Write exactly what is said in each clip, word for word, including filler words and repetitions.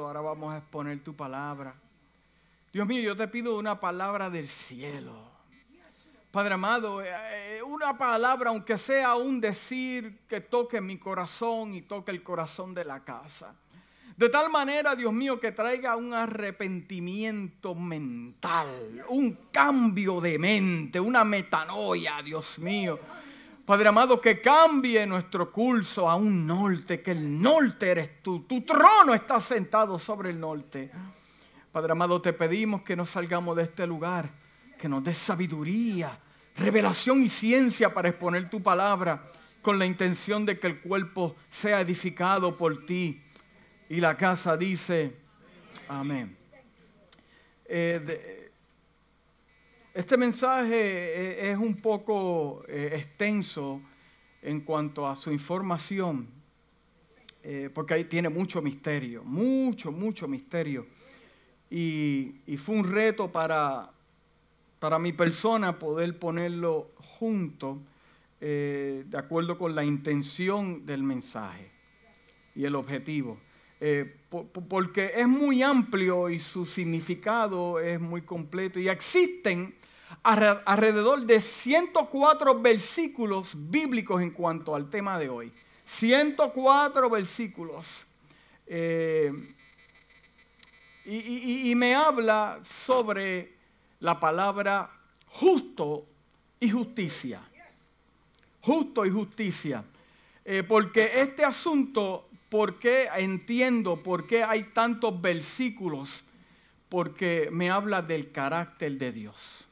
Ahora vamos a exponer tu palabra. Dios mío, yo te pido una palabra del cielo. Padre amado, una palabra, aunque sea un decir, que toque mi corazón y toque el corazón de la casa. De tal manera, Dios mío, que traiga un arrepentimiento mental, un cambio de mente, una metanoia, Dios mío. Padre amado, que cambie nuestro curso a un norte, que el norte eres tú. Tu trono está sentado sobre el norte. Padre amado, te pedimos que no salgamos de este lugar, que nos des sabiduría, revelación y ciencia para exponer tu palabra, con la intención de que el cuerpo sea edificado por ti. Y la casa dice, amén. Eh, de, Este mensaje es un poco extenso en cuanto a su información, porque ahí tiene mucho misterio, mucho, mucho misterio. Y, y fue un reto para, para mi persona poder ponerlo junto, eh, de acuerdo con la intención del mensaje y el objetivo. Eh, por, porque es muy amplio y su significado es muy completo y existen alrededor de ciento cuatro versículos bíblicos en cuanto al tema de hoy. ciento cuatro versículos. Eh, y, y, y me habla sobre la palabra justo y justicia. Justo y justicia. Eh, porque este asunto, ¿por qué entiendo por qué hay tantos versículos? Porque me habla del carácter de Dios.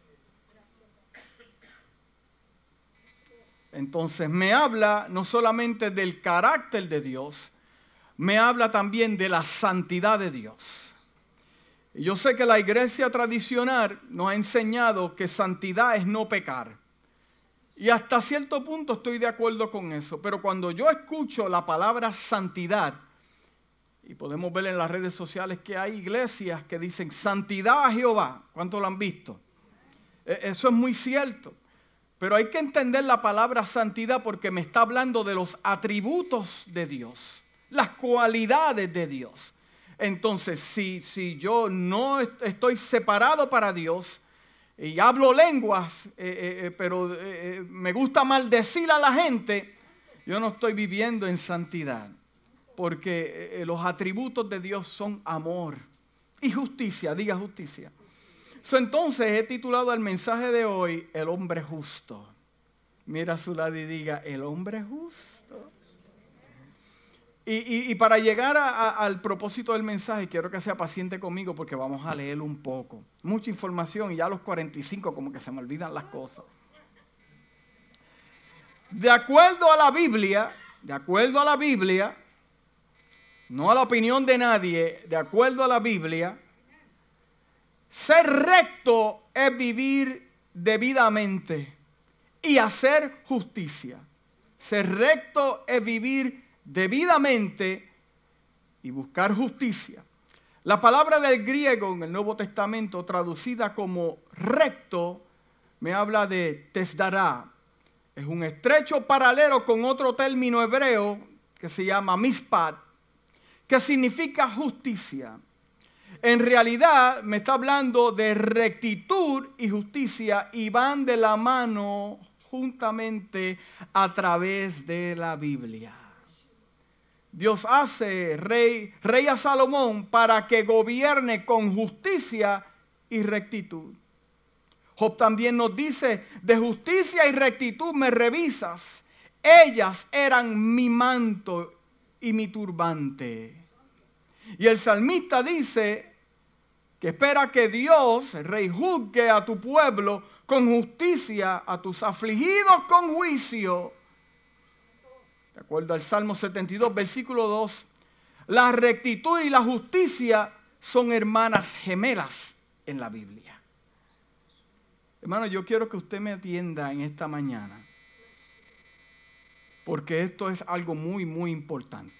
Entonces me habla no solamente del carácter de Dios, me habla también de la santidad de Dios. Yo sé que la iglesia tradicional nos ha enseñado que santidad es no pecar. Y hasta cierto punto estoy de acuerdo con eso. Pero cuando yo escucho la palabra santidad, y podemos ver en las redes sociales que hay iglesias que dicen santidad a Jehová. ¿Cuántos lo han visto? Eso es muy cierto. Pero hay que entender la palabra santidad porque me está hablando de los atributos de Dios, las cualidades de Dios. Entonces, si, si yo no estoy separado para Dios y hablo lenguas, eh, eh, pero eh, me gusta maldecir a la gente, yo no estoy viviendo en santidad. Porque eh, los atributos de Dios son amor y justicia, diga justicia. So, entonces he titulado el mensaje de hoy, El hombre justo. Mira a su lado y diga, el hombre justo. Y, y, y para llegar a, a, al propósito del mensaje, quiero que sea paciente conmigo porque vamos a leerlo un poco. Mucha información y ya a los cuarenta y cinco como que se me olvidan las cosas. De acuerdo a la Biblia, de acuerdo a la Biblia, no a la opinión de nadie, de acuerdo a la Biblia, ser recto es vivir debidamente y hacer justicia. Ser recto es vivir debidamente y buscar justicia. La palabra del griego en el Nuevo Testamento traducida como recto me habla de tesdará. Es un estrecho paralelo con otro término hebreo que se llama mishpat, que significa justicia. En realidad me está hablando de rectitud y justicia y van de la mano juntamente a través de la Biblia. Dios hace rey, rey a Salomón para que gobierne con justicia y rectitud. Job también nos dice, de justicia y rectitud me revisas. Ellas eran mi manto y mi turbante. Y el salmista dice que espera que Dios, el rey, juzgue a tu pueblo con justicia, a tus afligidos con juicio. De acuerdo al Salmo setenta y dos, versículo dos, la rectitud y la justicia son hermanas gemelas en la Biblia. Hermano, yo quiero que usted me atienda en esta mañana, porque esto es algo muy, muy importante.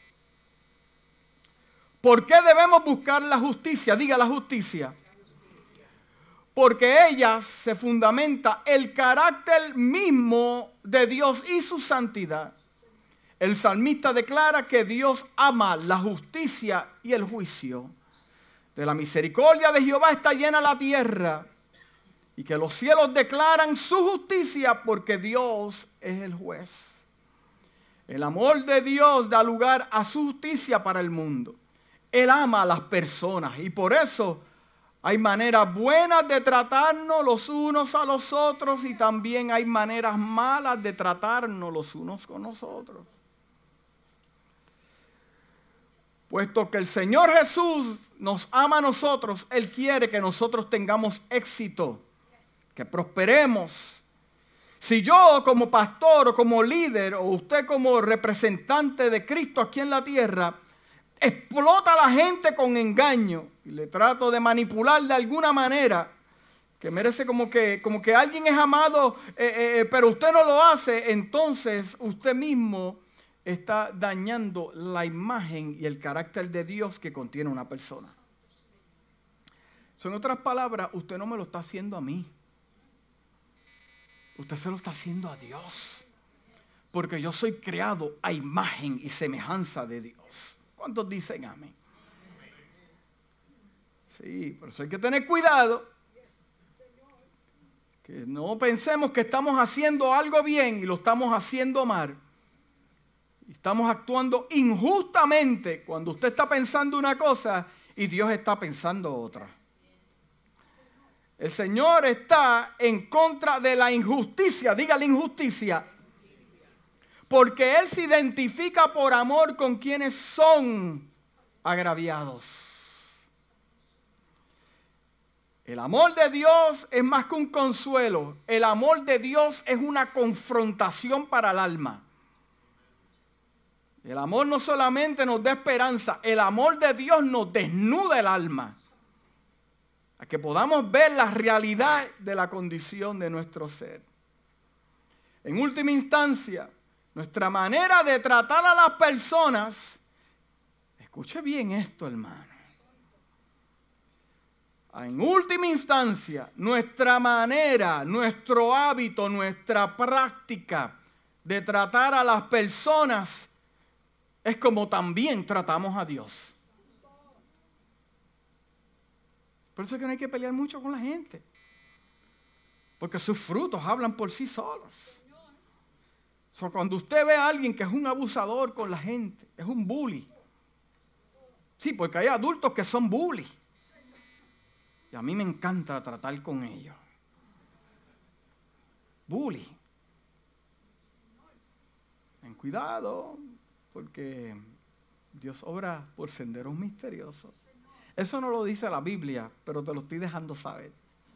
¿Por qué debemos buscar la justicia? Diga la justicia. Porque ella se fundamenta el carácter mismo de Dios y su santidad. el salmista declara que Dios ama la justicia y el juicio. De la misericordia de Jehová está llena la tierra, y que los cielos declaran su justicia, porque Dios es el juez. El amor de Dios da lugar a su justicia para el mundo. Él ama a las personas y por eso hay maneras buenas de tratarnos los unos a los otros y también hay maneras malas de tratarnos los unos con nosotros. Puesto que el Señor Jesús nos ama a nosotros, Él quiere que nosotros tengamos éxito, que prosperemos. Si yo como pastor o como líder o usted como representante de Cristo aquí en la tierra explota a la gente con engaño y le trato de manipular de alguna manera que merece como que, como que alguien es amado eh, eh, pero usted no lo hace, entonces usted mismo está dañando la imagen y el carácter de Dios que contiene una persona. So, en otras palabras, usted no me lo está haciendo a mí. Usted se lo está haciendo a Dios. Porque yo soy creado a imagen y semejanza de Dios. ¿Cuántos dicen amén? Sí, por eso hay que tener cuidado. Que no pensemos que estamos haciendo algo bien y lo estamos haciendo mal. Estamos actuando injustamente cuando usted está pensando una cosa y Dios está pensando otra. El Señor está en contra de la injusticia. Dígale injusticia. Porque Él se identifica por amor con quienes son agraviados. El amor de Dios es más que un consuelo. El amor de Dios es una confrontación para el alma. El amor no solamente nos da esperanza, el amor de Dios nos desnuda el alma. A que podamos ver la realidad de la condición de nuestro ser. En última instancia, nuestra manera de tratar a las personas, escuche bien esto, hermano. En última instancia, nuestra manera, nuestro hábito, nuestra práctica de tratar a las personas es como también tratamos a Dios. Por eso es que no hay que pelear mucho con la gente. Porque sus frutos hablan por sí solos. So, cuando usted ve a alguien que es un abusador con la gente, es un bully. Sí, porque hay adultos que son bully. Y a mí me encanta tratar con ellos. Bully. Ten cuidado, porque Dios obra por senderos misteriosos. Eso no lo dice la Biblia, pero te lo estoy dejando saber.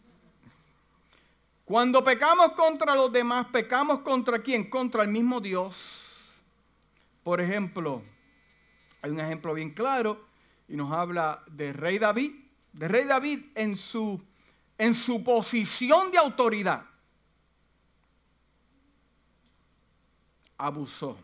Cuando pecamos contra los demás, pecamos contra quién? Contra el mismo Dios. Por ejemplo, hay un ejemplo bien claro y nos habla de rey David. De rey David en su, en su posición de autoridad. Abusó.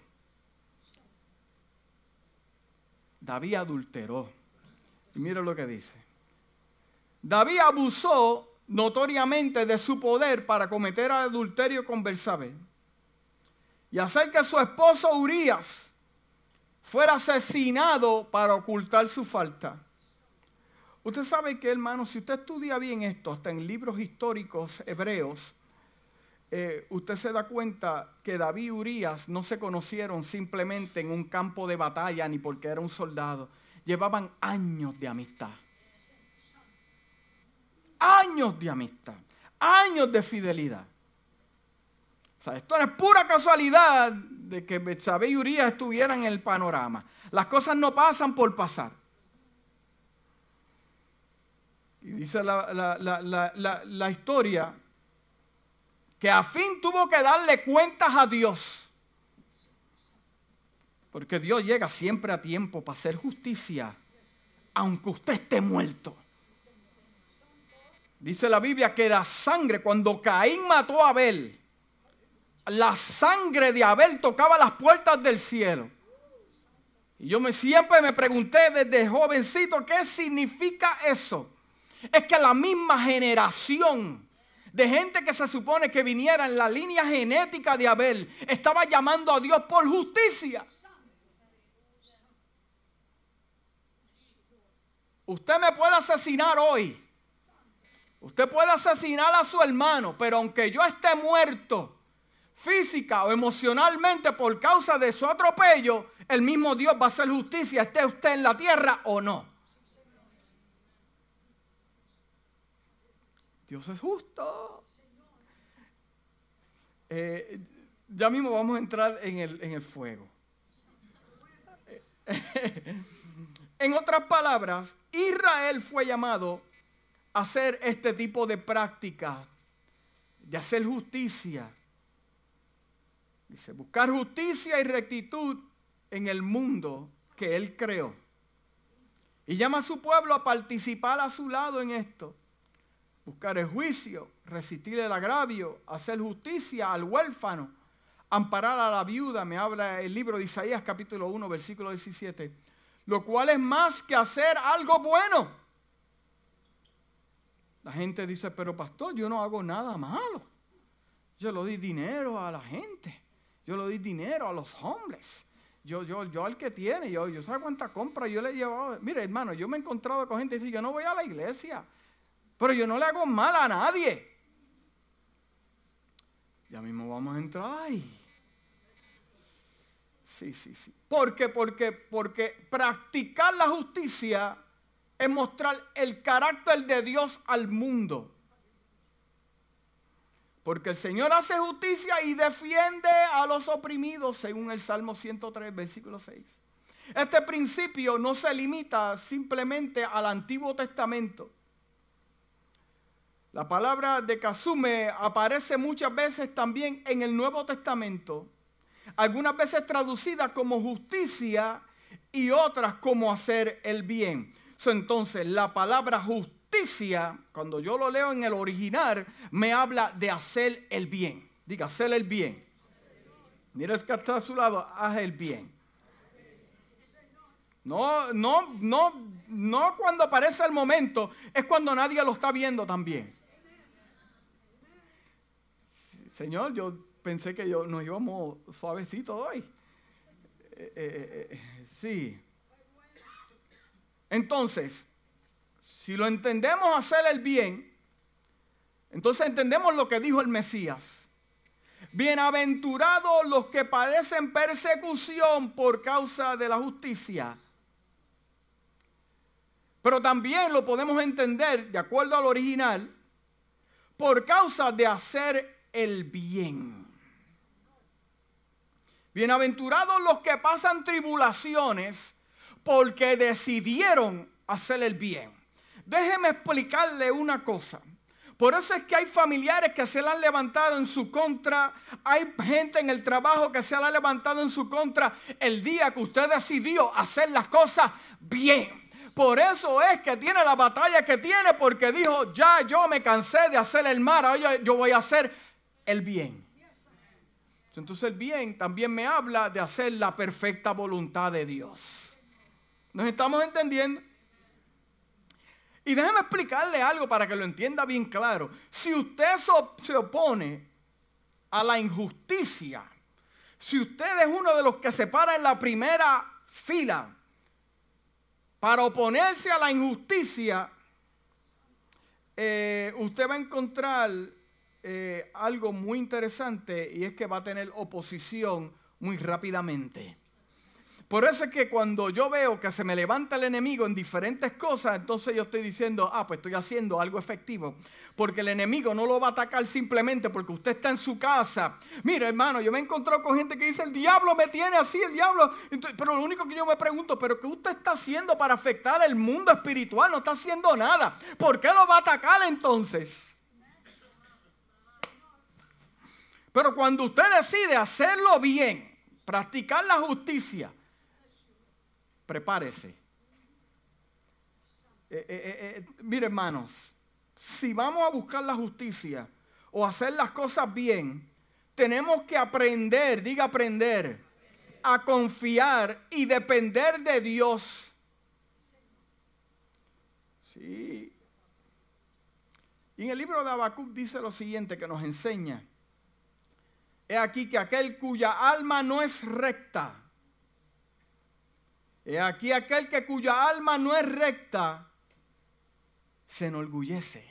David adulteró. Y mira lo que dice. David abusó notoriamente de su poder para cometer adulterio con Betsabé y hacer que su esposo Urías fuera asesinado para ocultar su falta. Usted sabe que, hermano, si usted estudia bien esto, hasta en libros históricos hebreos, eh, usted se da cuenta que David y Urías no se conocieron simplemente en un campo de batalla ni porque era un soldado. Llevaban años de amistad. Años de amistad. Años de fidelidad. O sea, esto no es pura casualidad de que Betsabé y Urías estuvieran en el panorama. Las cosas no pasan por pasar. Y dice la, la, la, la, la, la historia que a fin tuvo que darle cuentas a Dios. Porque Dios llega siempre a tiempo para hacer justicia, aunque usted esté muerto. Dice la Biblia que la sangre, cuando Caín mató a Abel, la sangre de Abel tocaba las puertas del cielo. Y yo me, siempre me pregunté desde jovencito, ¿qué significa eso? Es que la misma generación de gente que se supone que viniera en la línea genética de Abel estaba llamando a Dios por justicia. Usted me puede asesinar hoy. Usted puede asesinar a su hermano, pero aunque yo esté muerto física o emocionalmente por causa de su atropello, el mismo Dios va a hacer justicia, esté usted en la tierra o no. Dios es justo. Eh, ya mismo vamos a entrar en el, en el fuego. En otras palabras, Israel fue llamado a hacer este tipo de práctica, de hacer justicia. Dice, buscar justicia y rectitud en el mundo que Él creó. Y llama a su pueblo a participar a su lado en esto. Buscar el juicio, resistir el agravio, hacer justicia al huérfano, amparar a la viuda. Me habla el libro de Isaías capítulo uno, versículo diecisiete. Lo cual es más que hacer algo bueno. La gente dice, pero pastor, yo no hago nada malo. Yo le doy dinero a la gente. Yo le doy dinero a los hombres. Yo, yo, yo al que tiene, yo, yo sé cuánta compra yo le he llevado. Mire, hermano, yo me he encontrado con gente que dice, yo no voy a la iglesia, pero yo no le hago mal a nadie. Ya mismo vamos a entrar ahí. Sí, sí, sí. ¿Por qué? Porque, porque practicar la justicia es mostrar el carácter de Dios al mundo. Porque el Señor hace justicia y defiende a los oprimidos, según el Salmo ciento tres, versículo seis. Este principio no se limita simplemente al Antiguo Testamento. La palabra de casume aparece muchas veces también en el Nuevo Testamento. Algunas veces traducida como justicia y otras como hacer el bien. So, entonces, la palabra justicia, cuando yo lo leo en el original, me habla de hacer el bien. Diga, hacer el bien. Mira el que está a su lado, haz el bien. No, no, no, no cuando aparece el momento, es cuando nadie lo está viendo también. Señor, yo pensé que yo, nos íbamos suavecito hoy. Eh, eh, eh, sí. Entonces, si lo entendemos hacer el bien, entonces entendemos lo que dijo el Mesías. Bienaventurados los que padecen persecución por causa de la justicia. Pero también lo podemos entender, de acuerdo al original, por causa de hacer el bien. Bienaventurados los que pasan tribulaciones porque decidieron hacer el bien. Déjeme explicarle una cosa. Por eso es que hay familiares que se la han levantado en su contra. Hay gente en el trabajo que se la ha levantado en su contra el día que usted decidió hacer las cosas bien. Por eso es que tiene la batalla que tiene, porque dijo, ya yo me cansé de hacer el mal, ahora yo voy a hacer el bien. Entonces el bien también me habla de hacer la perfecta voluntad de Dios. ¿Nos estamos entendiendo? Y déjeme explicarle algo para que lo entienda bien claro. Si usted se opone a la injusticia, si usted es uno de los que se para en la primera fila para oponerse a la injusticia, eh, usted va a encontrar eh, algo muy interesante, y es que va a tener oposición muy rápidamente. Por eso es que cuando yo veo que se me levanta el enemigo en diferentes cosas, entonces yo estoy diciendo, ah, pues estoy haciendo algo efectivo. Porque el enemigo no lo va a atacar simplemente porque usted está en su casa. Mira, hermano, yo me he encontrado con gente que dice, el diablo me tiene así, el diablo. Entonces, pero lo único que yo me pregunto, ¿pero qué usted está haciendo para afectar el mundo espiritual? No está haciendo nada. ¿Por qué lo va a atacar entonces? Pero cuando usted decide hacerlo bien, practicar la justicia, prepárese. Eh, eh, eh, mire, hermanos, si vamos a buscar la justicia o hacer las cosas bien, tenemos que aprender, diga aprender, a confiar y depender de Dios. Sí. Y en el libro de Habacuc dice lo siguiente que nos enseña. He aquí que aquel cuya alma no es recta, he aquí aquel que cuya alma no es recta, se enorgullece.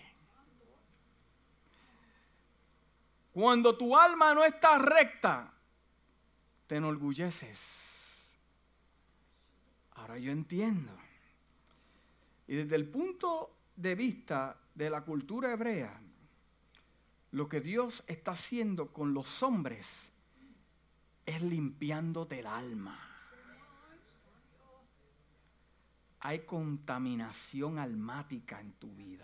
Cuando tu alma no está recta, te enorgulleces. Ahora yo entiendo. Y desde el punto de vista de la cultura hebrea, lo que Dios está haciendo con los hombres es limpiándote el alma. Hay contaminación almática en tu vida.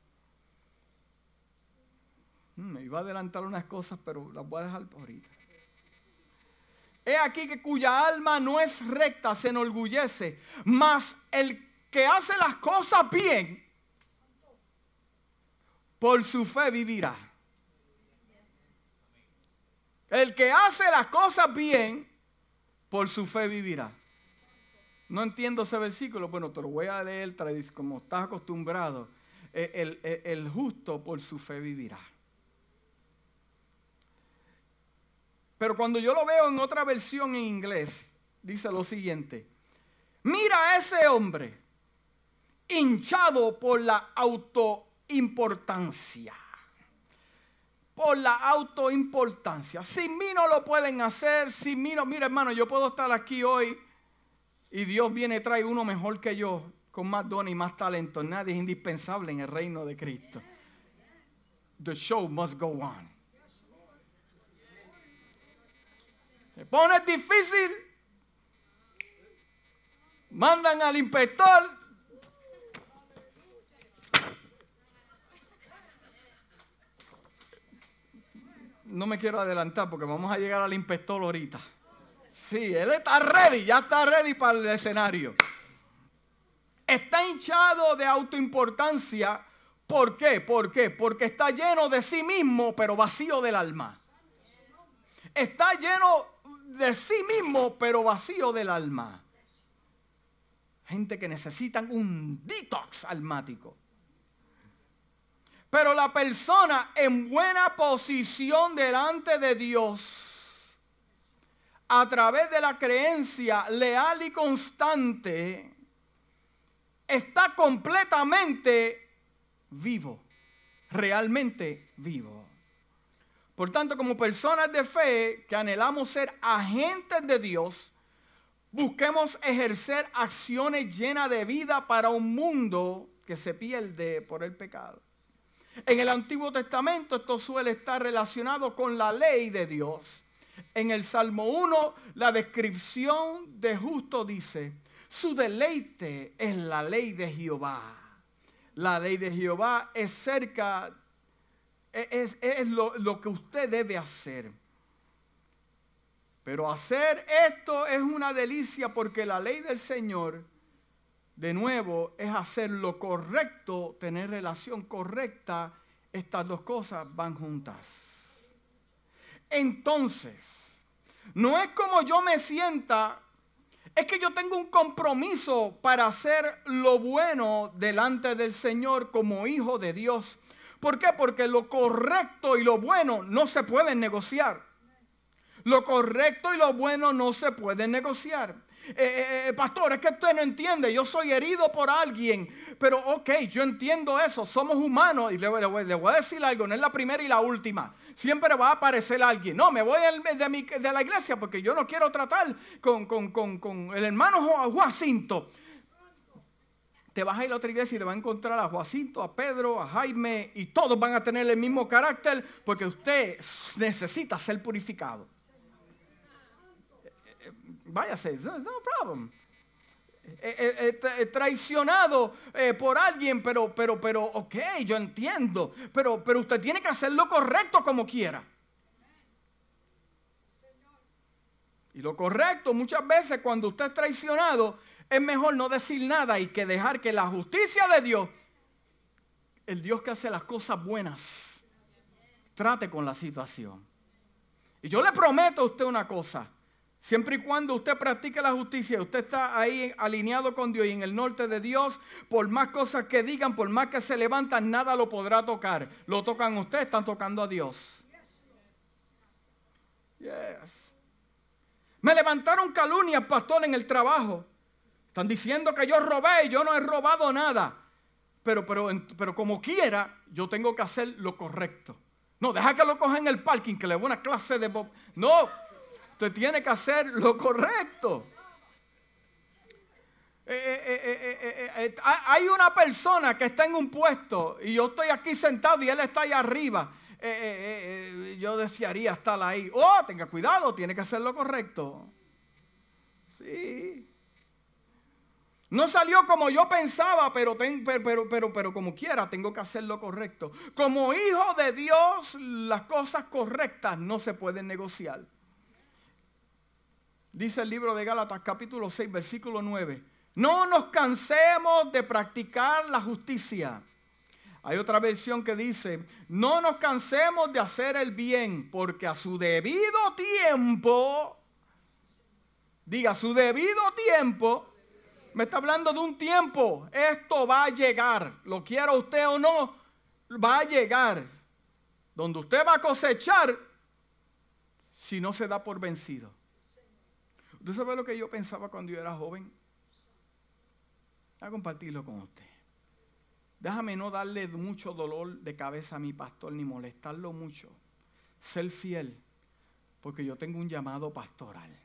Me iba a adelantar unas cosas, pero las voy a dejar por ahorita. He aquí que cuya alma no es recta se enorgullece, mas el que hace las cosas bien, por su fe vivirá. El que hace las cosas bien, por su fe vivirá. No entiendo ese versículo, bueno, te lo voy a leer como estás acostumbrado. El, el, el justo por su fe vivirá. Pero cuando yo lo veo en otra versión en inglés, dice lo siguiente: mira a ese hombre hinchado por la autoimportancia. Por la autoimportancia. Sin mí no lo pueden hacer, sin mí no. Mira, hermano, yo puedo estar aquí hoy y Dios viene y trae uno mejor que yo, con más dones y más talento. Nadie es indispensable en el reino de Cristo. The show must go on. Se pone difícil, mandan al inspector. No me quiero adelantar porque vamos a llegar al inspector ahorita. Sí, él está ready, ya está ready para el escenario. Está hinchado de autoimportancia. ¿Por qué? ¿Por qué? Porque está lleno de sí mismo, pero vacío del alma. Está lleno de sí mismo, pero vacío del alma. Gente que necesitan un detox almático. Pero la persona en buena posición delante de Dios, a través de la creencia leal y constante, está completamente vivo, realmente vivo. Por tanto, como personas de fe que anhelamos ser agentes de Dios, busquemos ejercer acciones llenas de vida para un mundo que se pierde por el pecado. En el Antiguo Testamento esto suele estar relacionado con la ley de Dios. En el Salmo uno, la descripción de justo dice: su deleite es la ley de Jehová. La ley de Jehová es cerca, es, es lo, lo que usted debe hacer. Pero hacer esto es una delicia porque la ley del Señor, de nuevo, es hacer lo correcto, tener relación correcta. Estas dos cosas van juntas. Entonces, no es como yo me sienta, es que yo tengo un compromiso para hacer lo bueno delante del Señor como hijo de Dios. ¿Por qué? Porque lo correcto y lo bueno no se pueden negociar. Lo correcto y lo bueno no se pueden negociar. Eh, eh, pastor, es que usted no entiende, yo soy herido por alguien, pero ok, yo entiendo eso, somos humanos. Y le, le, le voy a decir algo, no es la primera y la última, siempre va a aparecer alguien. No, me voy de, mi, de la iglesia porque yo no quiero tratar con, con, con, con el hermano Jacinto. Te vas a ir a otra iglesia y te vas a encontrar a Jacinto, a Pedro, a Jaime, y todos van a tener el mismo carácter porque usted necesita ser purificado. Váyase, no problem. Eh, eh, eh, traicionado eh, por alguien, pero, pero, pero, ok, yo entiendo. Pero, pero usted tiene que hacer lo correcto como quiera. Y lo correcto, muchas veces cuando usted es traicionado, es mejor no decir nada y que dejar que la justicia de Dios, el Dios que hace las cosas buenas, trate con la situación. Y yo le prometo a usted una cosa. Siempre y cuando usted practique la justicia, usted está ahí alineado con Dios y en el norte de Dios, por más cosas que digan, por más que se levantan, nada lo podrá tocar. Lo tocan usted, están tocando a Dios. Yes. Me levantaron calumnias, pastor, en el trabajo. Están diciendo que yo robé y yo no he robado nada. pero, pero, pero como quiera, yo tengo que hacer lo correcto. No, deja que lo coja en el parking, que le voy a una clase de bob. No, usted tiene que hacer lo correcto. Eh, eh, eh, eh, eh, eh, hay una persona que está en un puesto y yo estoy aquí sentado y él está ahí arriba. Eh, eh, eh, yo desearía estar ahí. Oh, tenga cuidado, tiene que hacer lo correcto. Sí. No salió como yo pensaba, pero, ten, pero, pero, pero, pero como quiera tengo que hacer lo correcto. Como hijo de Dios, las cosas correctas no se pueden negociar. Dice el libro de Gálatas capítulo seis, versículo nueve. No nos cansemos de practicar la justicia. Hay otra versión que dice, no nos cansemos de hacer el bien, porque a su debido tiempo, diga, a su debido tiempo, me está hablando de un tiempo, esto va a llegar, lo quiera usted o no, va a llegar, donde usted va a cosechar si no se da por vencido. ¿Usted sabe lo que yo pensaba cuando yo era joven? Voy a compartirlo con usted. Déjame no darle mucho dolor de cabeza a mi pastor ni molestarlo mucho. Ser fiel, porque yo tengo un llamado pastoral.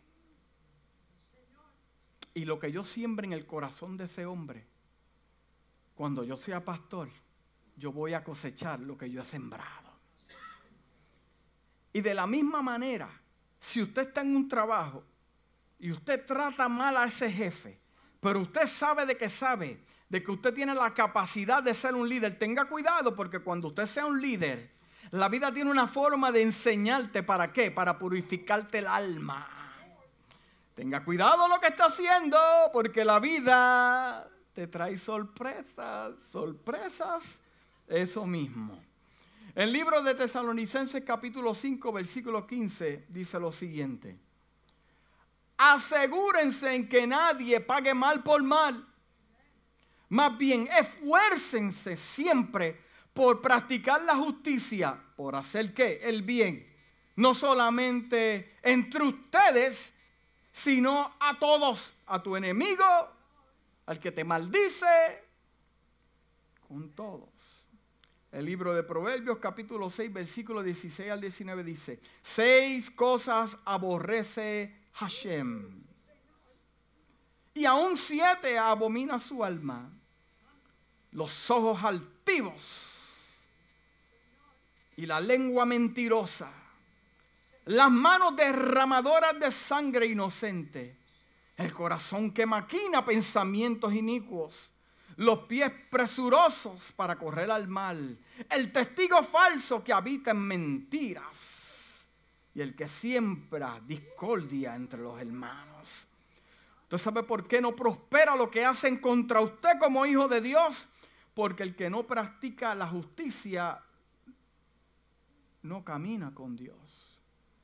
Y lo que yo siembre en el corazón de ese hombre, cuando yo sea pastor, yo voy a cosechar lo que yo he sembrado. Y de la misma manera, si usted está en un trabajo y usted trata mal a ese jefe, pero usted sabe de que sabe de que usted tiene la capacidad de ser un líder, tenga cuidado, porque cuando usted sea un líder, la vida tiene una forma de enseñarte. ¿Para qué? Para purificarte el alma. Tenga cuidado lo que está haciendo, porque la vida te trae sorpresas, sorpresas, eso mismo. El libro de Tesalonicenses capítulo cinco, versículo quince, dice lo siguiente. Asegúrense en que nadie pague mal por mal. Más bien, esfuércense siempre por practicar la justicia, por hacer ¿qué? El bien. No solamente entre ustedes, sino a todos, a tu enemigo, al que te maldice, con todos. El libro de Proverbios capítulo seis, versículo dieciséis al diecinueve dice, seis cosas aborrece Hashem, y aún siete abomina su alma. Los ojos altivos y la lengua mentirosa, las manos derramadoras de sangre inocente, el corazón que maquina pensamientos inicuos, los pies presurosos para correr al mal, el testigo falso que habita en mentiras y el que siembra discordia entre los hermanos. ¿Usted sabe por qué no prospera lo que hacen contra usted como hijo de Dios? Porque el que no practica la justicia no camina con Dios.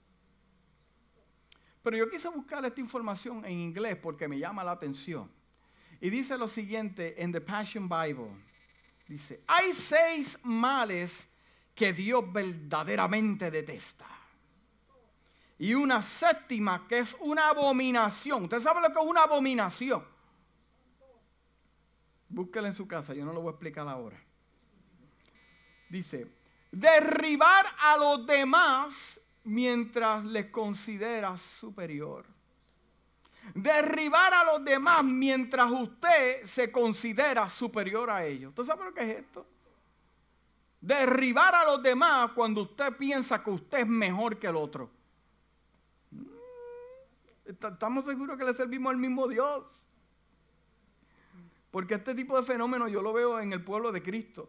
Pero yo quise buscar esta información en inglés porque me llama la atención. Y dice lo siguiente en The Passion Bible. Dice, hay seis males que Dios verdaderamente detesta. Y una séptima que es una abominación. ¿Usted sabe lo que es una abominación? Búsquela en su casa, yo no lo voy a explicar ahora. Dice, derribar a los demás mientras les consideras superior. Derribar a los demás mientras usted se considera superior a ellos. ¿Usted sabe lo que es esto? Derribar a los demás cuando usted piensa que usted es mejor que el otro. Estamos seguros que le servimos al mismo Dios. Porque este tipo de fenómeno yo lo veo en el pueblo de Cristo.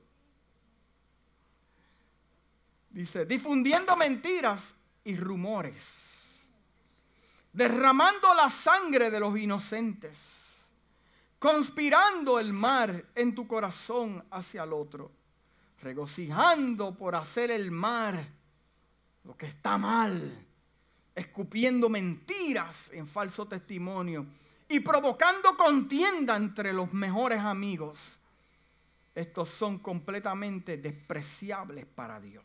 Dice, difundiendo mentiras y rumores, derramando la sangre de los inocentes, conspirando el mal en tu corazón hacia el otro, regocijando por hacer el mal, lo que está mal, escupiendo mentiras en falso testimonio y provocando contienda entre los mejores amigos. Estos son completamente despreciables para Dios.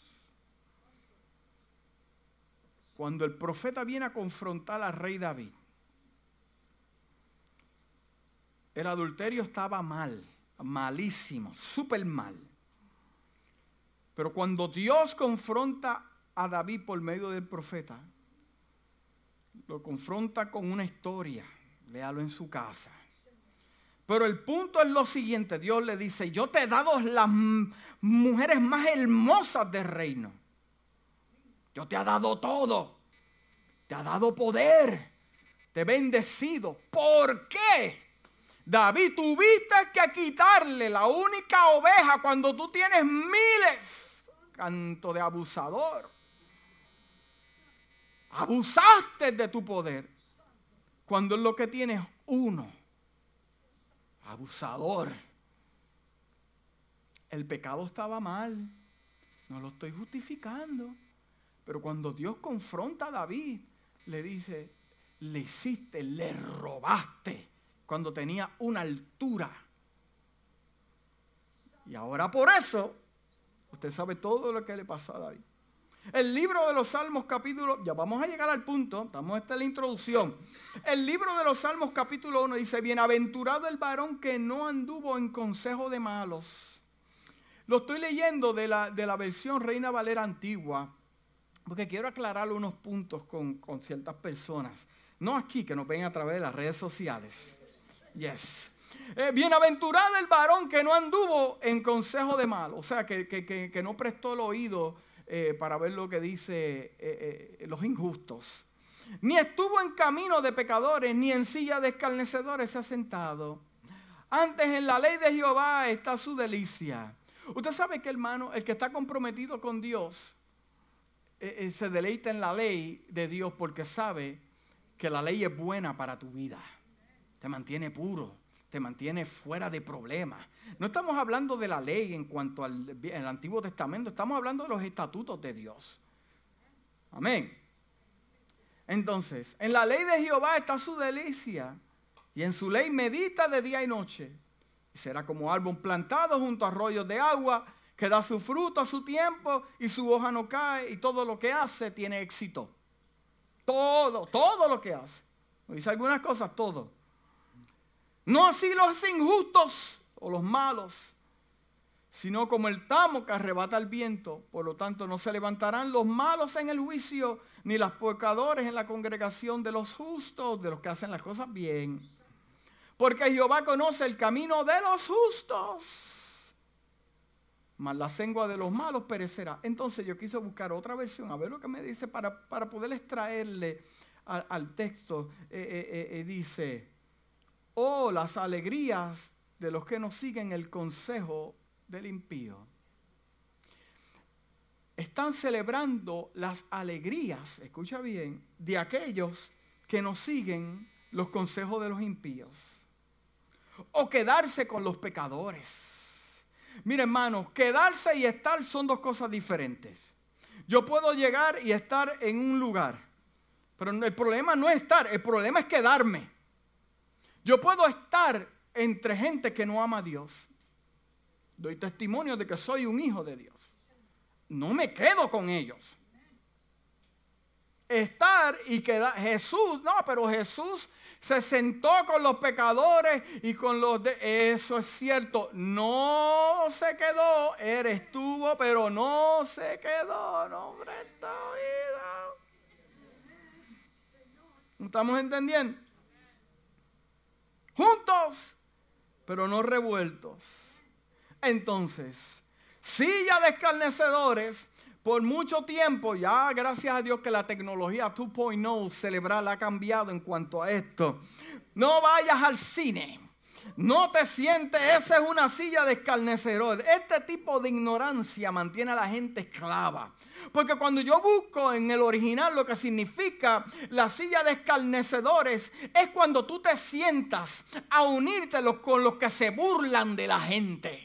Cuando el profeta viene a confrontar al rey David, el adulterio estaba mal. malísimo, súper mal. Pero cuando Dios confronta a David por medio del profeta, lo confronta con una historia, léalo en su casa. Pero el punto es lo siguiente, Dios le dice, yo te he dado las mujeres más hermosas del reino. Yo te he dado todo, te he dado poder, te he bendecido. ¿Por qué? David, tuviste que quitarle la única oveja cuando tú tienes miles. Canto de abusador. Abusaste de tu poder cuando es lo que tienes uno. Abusador. El pecado estaba mal. No lo estoy justificando. Pero cuando Dios confronta a David, le dice, le hiciste, le robaste cuando tenía una altura. Y ahora por eso, usted sabe todo lo que le pasó a David. El libro de los Salmos capítulo, ya vamos a llegar al punto, estamos esta en la introducción. El libro de los Salmos capítulo uno dice, bienaventurado el varón que no anduvo en consejo de malos. Lo estoy leyendo de la, de la versión Reina Valera antigua, porque quiero aclarar unos puntos con, con ciertas personas. No aquí, que nos ven a través de las redes sociales. Yes. Eh, bienaventurado el varón que no anduvo en consejo de malos. O sea, que, que, que, que no prestó el oído eh, para ver lo que dice eh, eh, los injustos. Ni estuvo en camino de pecadores, ni en silla de escarnecedores se ha sentado. Antes en la ley de Jehová está su delicia. Usted sabe que, hermano, el que está comprometido con Dios eh, eh, se deleita en la ley de Dios porque sabe que la ley es buena para tu vida. Te mantiene puro, te mantiene fuera de problemas. No estamos hablando de la ley en cuanto al el Antiguo Testamento, estamos hablando de los estatutos de Dios. Amén. Entonces, en la ley de Jehová está su delicia, y en su ley medita de día y noche. Y será como árbol plantado junto a arroyos de agua, que da su fruto a su tiempo, y su hoja no cae, y todo lo que hace tiene éxito. Todo, todo lo que hace. Dice algunas cosas, todo. No así los injustos o los malos, sino como el tamo que arrebata el viento. Por lo tanto, no se levantarán los malos en el juicio, ni los pecadores en la congregación de los justos, de los que hacen las cosas bien. Porque Jehová conoce el camino de los justos, mas la lengua de los malos perecerá. Entonces yo quise buscar otra versión, a ver lo que me dice, para, para poder extraerle al, al texto. Eh, eh, eh, dice, oh, las alegrías de los que no siguen el consejo del impío. Están celebrando las alegrías, escucha bien, de aquellos que no siguen los consejos de los impíos. O quedarse con los pecadores. Mira, hermano, quedarse y estar son dos cosas diferentes. Yo puedo llegar y estar en un lugar, pero el problema no es estar, el problema es quedarme. Yo puedo estar entre gente que no ama a Dios. Doy testimonio de que soy un hijo de Dios. No me quedo con ellos. Estar y quedar. Jesús, no, pero Jesús se sentó con los pecadores y con los de... Eso es cierto. No se quedó. Él estuvo, pero no se quedó. No, hombre, esta vida. ¿Estamos entendiendo? Juntos, pero no revueltos. Entonces, silla de escarnecedores, por mucho tiempo, ya gracias a Dios que la tecnología dos punto cero cerebral ha cambiado en cuanto a esto. No vayas al cine, no te sientes, esa es una silla de escarnecedores. Este tipo de ignorancia mantiene a la gente esclava. Porque cuando yo busco en el original lo que significa la silla de escarnecedores, es cuando tú te sientas a unirte con los que se burlan de la gente.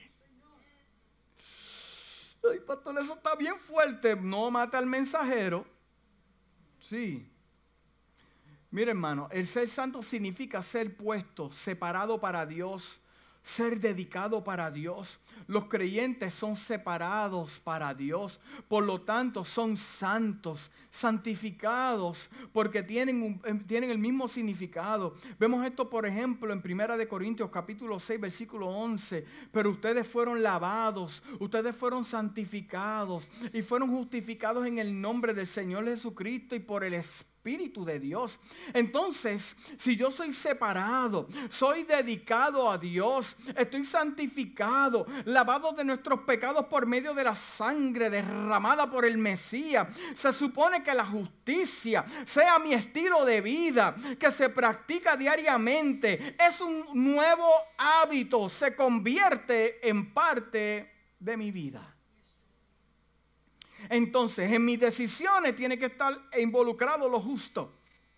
Ay, pastor, eso está bien fuerte. No mata al mensajero. Sí. Mire, hermano, el ser santo significa ser puesto, separado para Dios, ser dedicado para Dios. Los creyentes son separados para Dios. Por lo tanto, son santos, santificados, porque tienen, un, tienen el mismo significado. Vemos esto, por ejemplo, en Primera de Corintios, capítulo seis, versículo once. Pero ustedes fueron lavados, ustedes fueron santificados y fueron justificados en el nombre del Señor Jesucristo y por el Espíritu Espíritu de Dios. Entonces, si yo soy separado, soy dedicado a Dios, estoy santificado, lavado de nuestros pecados por medio de la sangre derramada por el Mesías, se supone que la justicia sea mi estilo de vida, que se practica diariamente, es un nuevo hábito, se convierte en parte de mi vida. Entonces, en mis decisiones tiene que estar involucrado lo justo.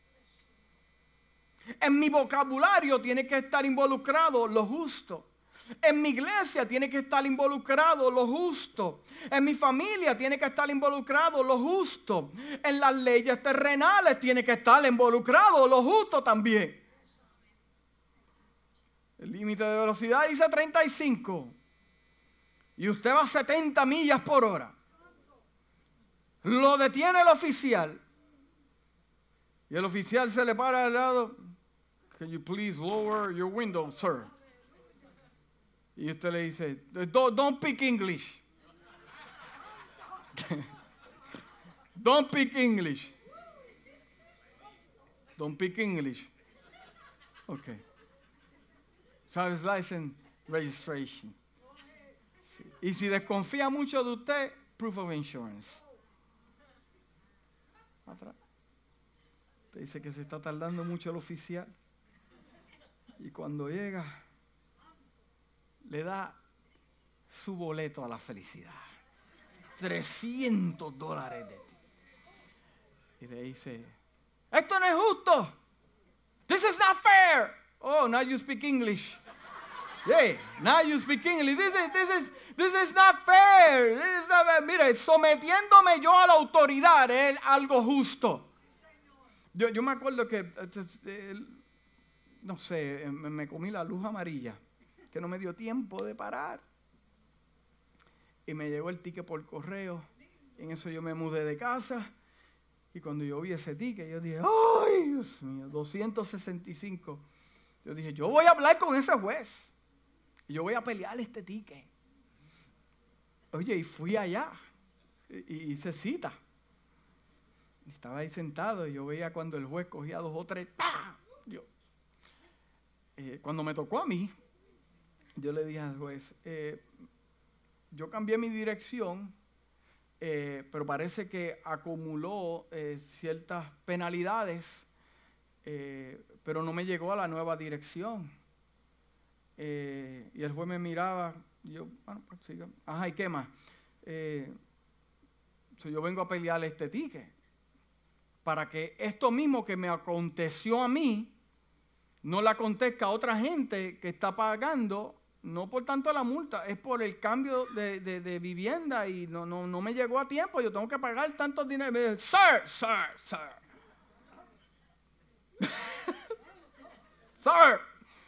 En mi vocabulario tiene que estar involucrado lo justo. En mi iglesia tiene que estar involucrado lo justo. En mi familia tiene que estar involucrado lo justo. En las leyes terrenales tiene que estar involucrado lo justo también. El límite de velocidad dice treinta y cinco. Y usted va a setenta millas por hora. Lo detiene el oficial. Y el oficial se le para al lado. Can you please lower your window, sir? Y usted le dice, don't, don't speak English. Don't speak English. Don't speak English. Okay. Driver's license, registration. Sí. Y si desconfía mucho de usted, proof of insurance. Atrás. Te dice que se está tardando mucho el oficial. Y cuando llega, le da su boleto a la felicidad. trescientos dólares de ti. Y le dice, esto no es justo. This is not fair. Oh, now you speak English. Yeah, now you speak English. This is, this is, this is not fair. This is not fair. Mire, sometiéndome yo a la autoridad es algo justo. Yo, yo me acuerdo que, eh, no sé, me, me comí la luz amarilla, que no me dio tiempo de parar. Y me llegó el ticket por correo. Y en eso yo me mudé de casa. Y cuando yo vi ese ticket, yo dije, ¡ay, Dios mío! doscientos sesenta y cinco. Yo dije, yo voy a hablar con ese juez. Y yo voy a pelear este ticket. Oye, y fui allá. Y, y hice cita. Estaba ahí sentado y yo veía cuando el juez cogía dos o tres. ¡Pah! Yo, eh, cuando me tocó a mí, yo le dije al juez, eh, yo cambié mi dirección, eh, pero parece que acumuló eh, ciertas penalidades, eh, pero no me llegó a la nueva dirección. Eh, y el juez me miraba, y yo, bueno, pues siga. Ajá, ¿y qué más? Eh, so yo vengo a pelear este ticket, para que esto mismo que me aconteció a mí, no le acontezca a otra gente que está pagando. No por tanto la multa, es por el cambio de, de, de vivienda y no, no, no me llegó a tiempo, yo tengo que pagar tanto dinero. Me dice, sir, sir, sir. Sir,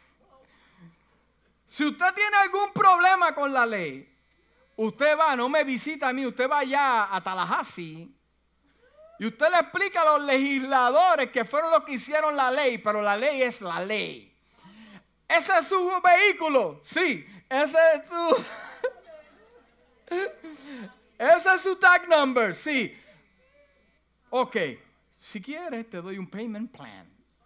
si usted tiene algún problema con la ley, usted va, no me visita a mí, usted va allá a Tallahassee y usted le explica a los legisladores que fueron los que hicieron la ley, pero la ley es la ley. ¿Ese es su vehículo? Sí. ¿Ese es su... ¿Ese es su tag number? Sí. Ok. Si quieres, te doy un payment plan.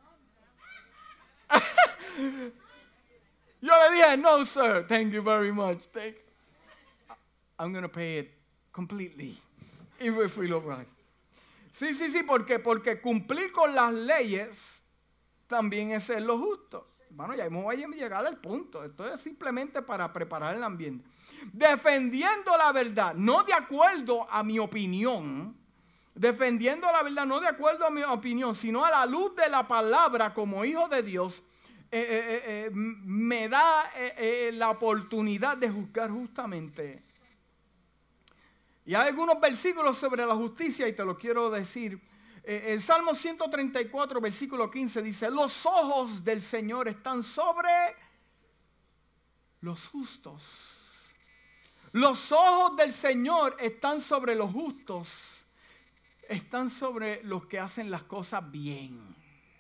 Yo le dije, no, sir. Thank you very much. Thank I'm going to pay it completely. Y me fui lo right. Sí, sí, sí. ¿Por qué? Porque cumplir con las leyes también es ser lo justo. Bueno, ya me voy a llegar al punto. Esto es simplemente para preparar el ambiente. Defendiendo la verdad, no de acuerdo a mi opinión. Defendiendo la verdad, no de acuerdo a mi opinión, sino a la luz de la palabra como hijo de Dios, eh, eh, eh, me da eh, eh, la oportunidad de juzgar justamente. Y hay algunos versículos sobre la justicia y te lo quiero decir. El Salmo ciento treinta y cuatro, versículo quince dice, los ojos del Señor están sobre los justos. Los ojos del Señor están sobre los justos, están sobre los que hacen las cosas bien.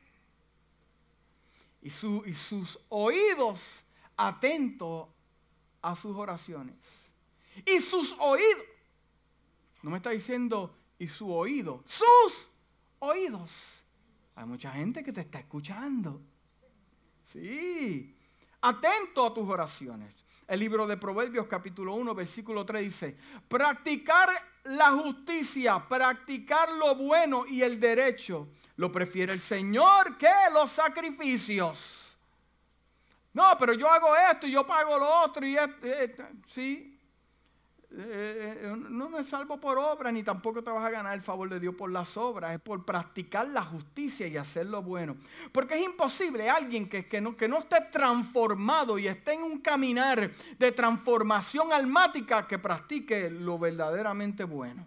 Y, su, y sus oídos atentos a sus oraciones. Y sus oídos, no me está diciendo y su oído, sus oídos. Hay mucha gente que te está escuchando. Sí, atento a tus oraciones. El libro de Proverbios capítulo uno versículo tres dice, practicar la justicia, practicar lo bueno y el derecho, lo prefiere el Señor que los sacrificios. No, pero yo hago esto y yo pago lo otro y esto, esto. Sí. Eh, no me salvo por obra, ni tampoco te vas a ganar el favor de Dios por las obras. Es por practicar la justicia y hacer lo bueno. Porque es imposible alguien que, que, no, que no esté transformado y esté en un caminar de transformación almática que practique lo verdaderamente bueno.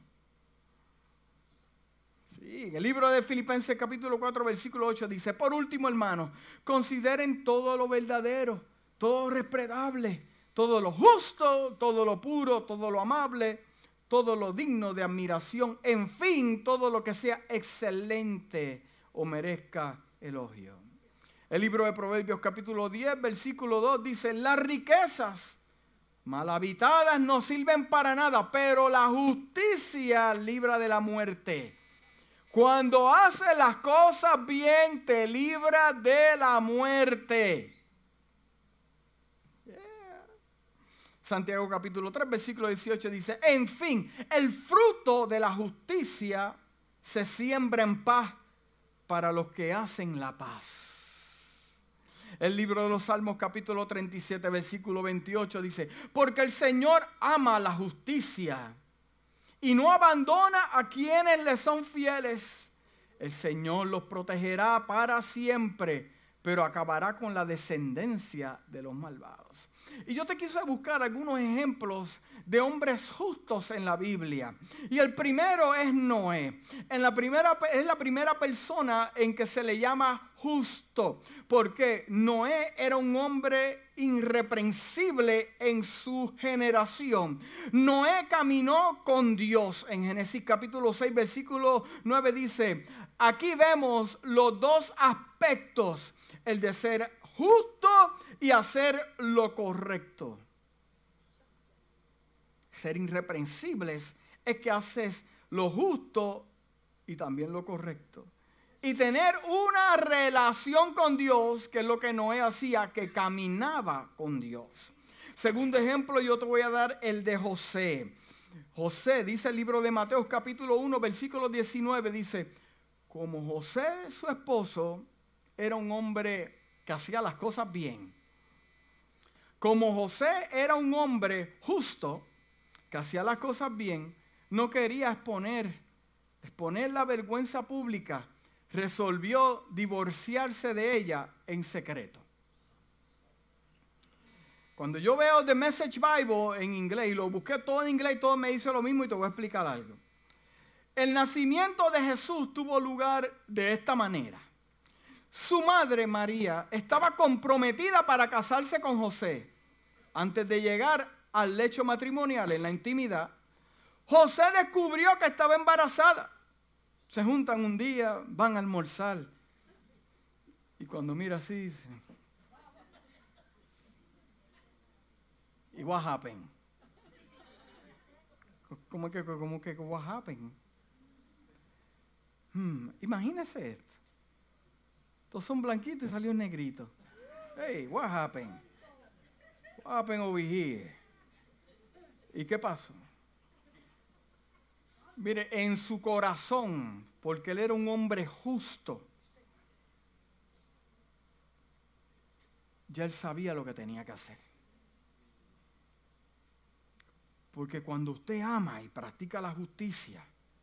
Sí, en el libro de Filipenses capítulo cuatro versículo ocho dice, por último, hermanos, consideren todo lo verdadero, todo respetable, todo lo justo, todo lo puro, todo lo amable, todo lo digno de admiración, en fin, todo lo que sea excelente o merezca elogio. El libro de Proverbios capítulo diez, versículo dos dice, las riquezas mal habitadas no sirven para nada, pero la justicia libra de la muerte. Cuando haces las cosas bien, te libra de la muerte. Santiago capítulo tres, versículo dieciocho dice, en fin, el fruto de la justicia se siembra en paz para los que hacen la paz. El libro de los Salmos capítulo treinta y siete, versículo veintiocho dice, porque el Señor ama la justicia y no abandona a quienes le son fieles. El Señor los protegerá para siempre, pero acabará con la descendencia de los malvados. Y yo te quise buscar algunos ejemplos de hombres justos en la Biblia. Y el primero es Noé. En la primera, es la primera persona en que se le llama justo. Porque Noé era un hombre irreprensible en su generación. Noé caminó con Dios. En Génesis capítulo seis, versículo nueve dice, aquí vemos los dos aspectos. El de ser justo y hacer lo correcto. Ser irreprensibles es que haces lo justo y también lo correcto. Y tener una relación con Dios, que es lo que Noé hacía, que caminaba con Dios. Segundo ejemplo, yo te voy a dar el de José. José, dice el libro de Mateo capítulo uno, versículo diecinueve, dice, como José, su esposo, era un hombre que hacía las cosas bien. Como José era un hombre justo, que hacía las cosas bien, no quería exponer, exponer la vergüenza pública, resolvió divorciarse de ella en secreto. Cuando yo veo The Message Bible en inglés, y lo busqué todo en inglés y todo me dice lo mismo, y te voy a explicar algo. El nacimiento de Jesús tuvo lugar de esta manera. Su madre, María, estaba comprometida para casarse con José. Antes de llegar al lecho matrimonial, en la intimidad, José descubrió que estaba embarazada. Se juntan un día, van a almorzar. Y cuando mira así, dice, ¿y what happened? ¿Cómo que, cómo que, what happened? Hmm, imagínese esto. Todos son blanquitos y salió un negrito. Hey, what happened? What happened over here? ¿Y qué pasó? Mire, en su corazón, porque él era un hombre justo, ya él sabía lo que tenía que hacer. Porque cuando usted ama y practica la justicia,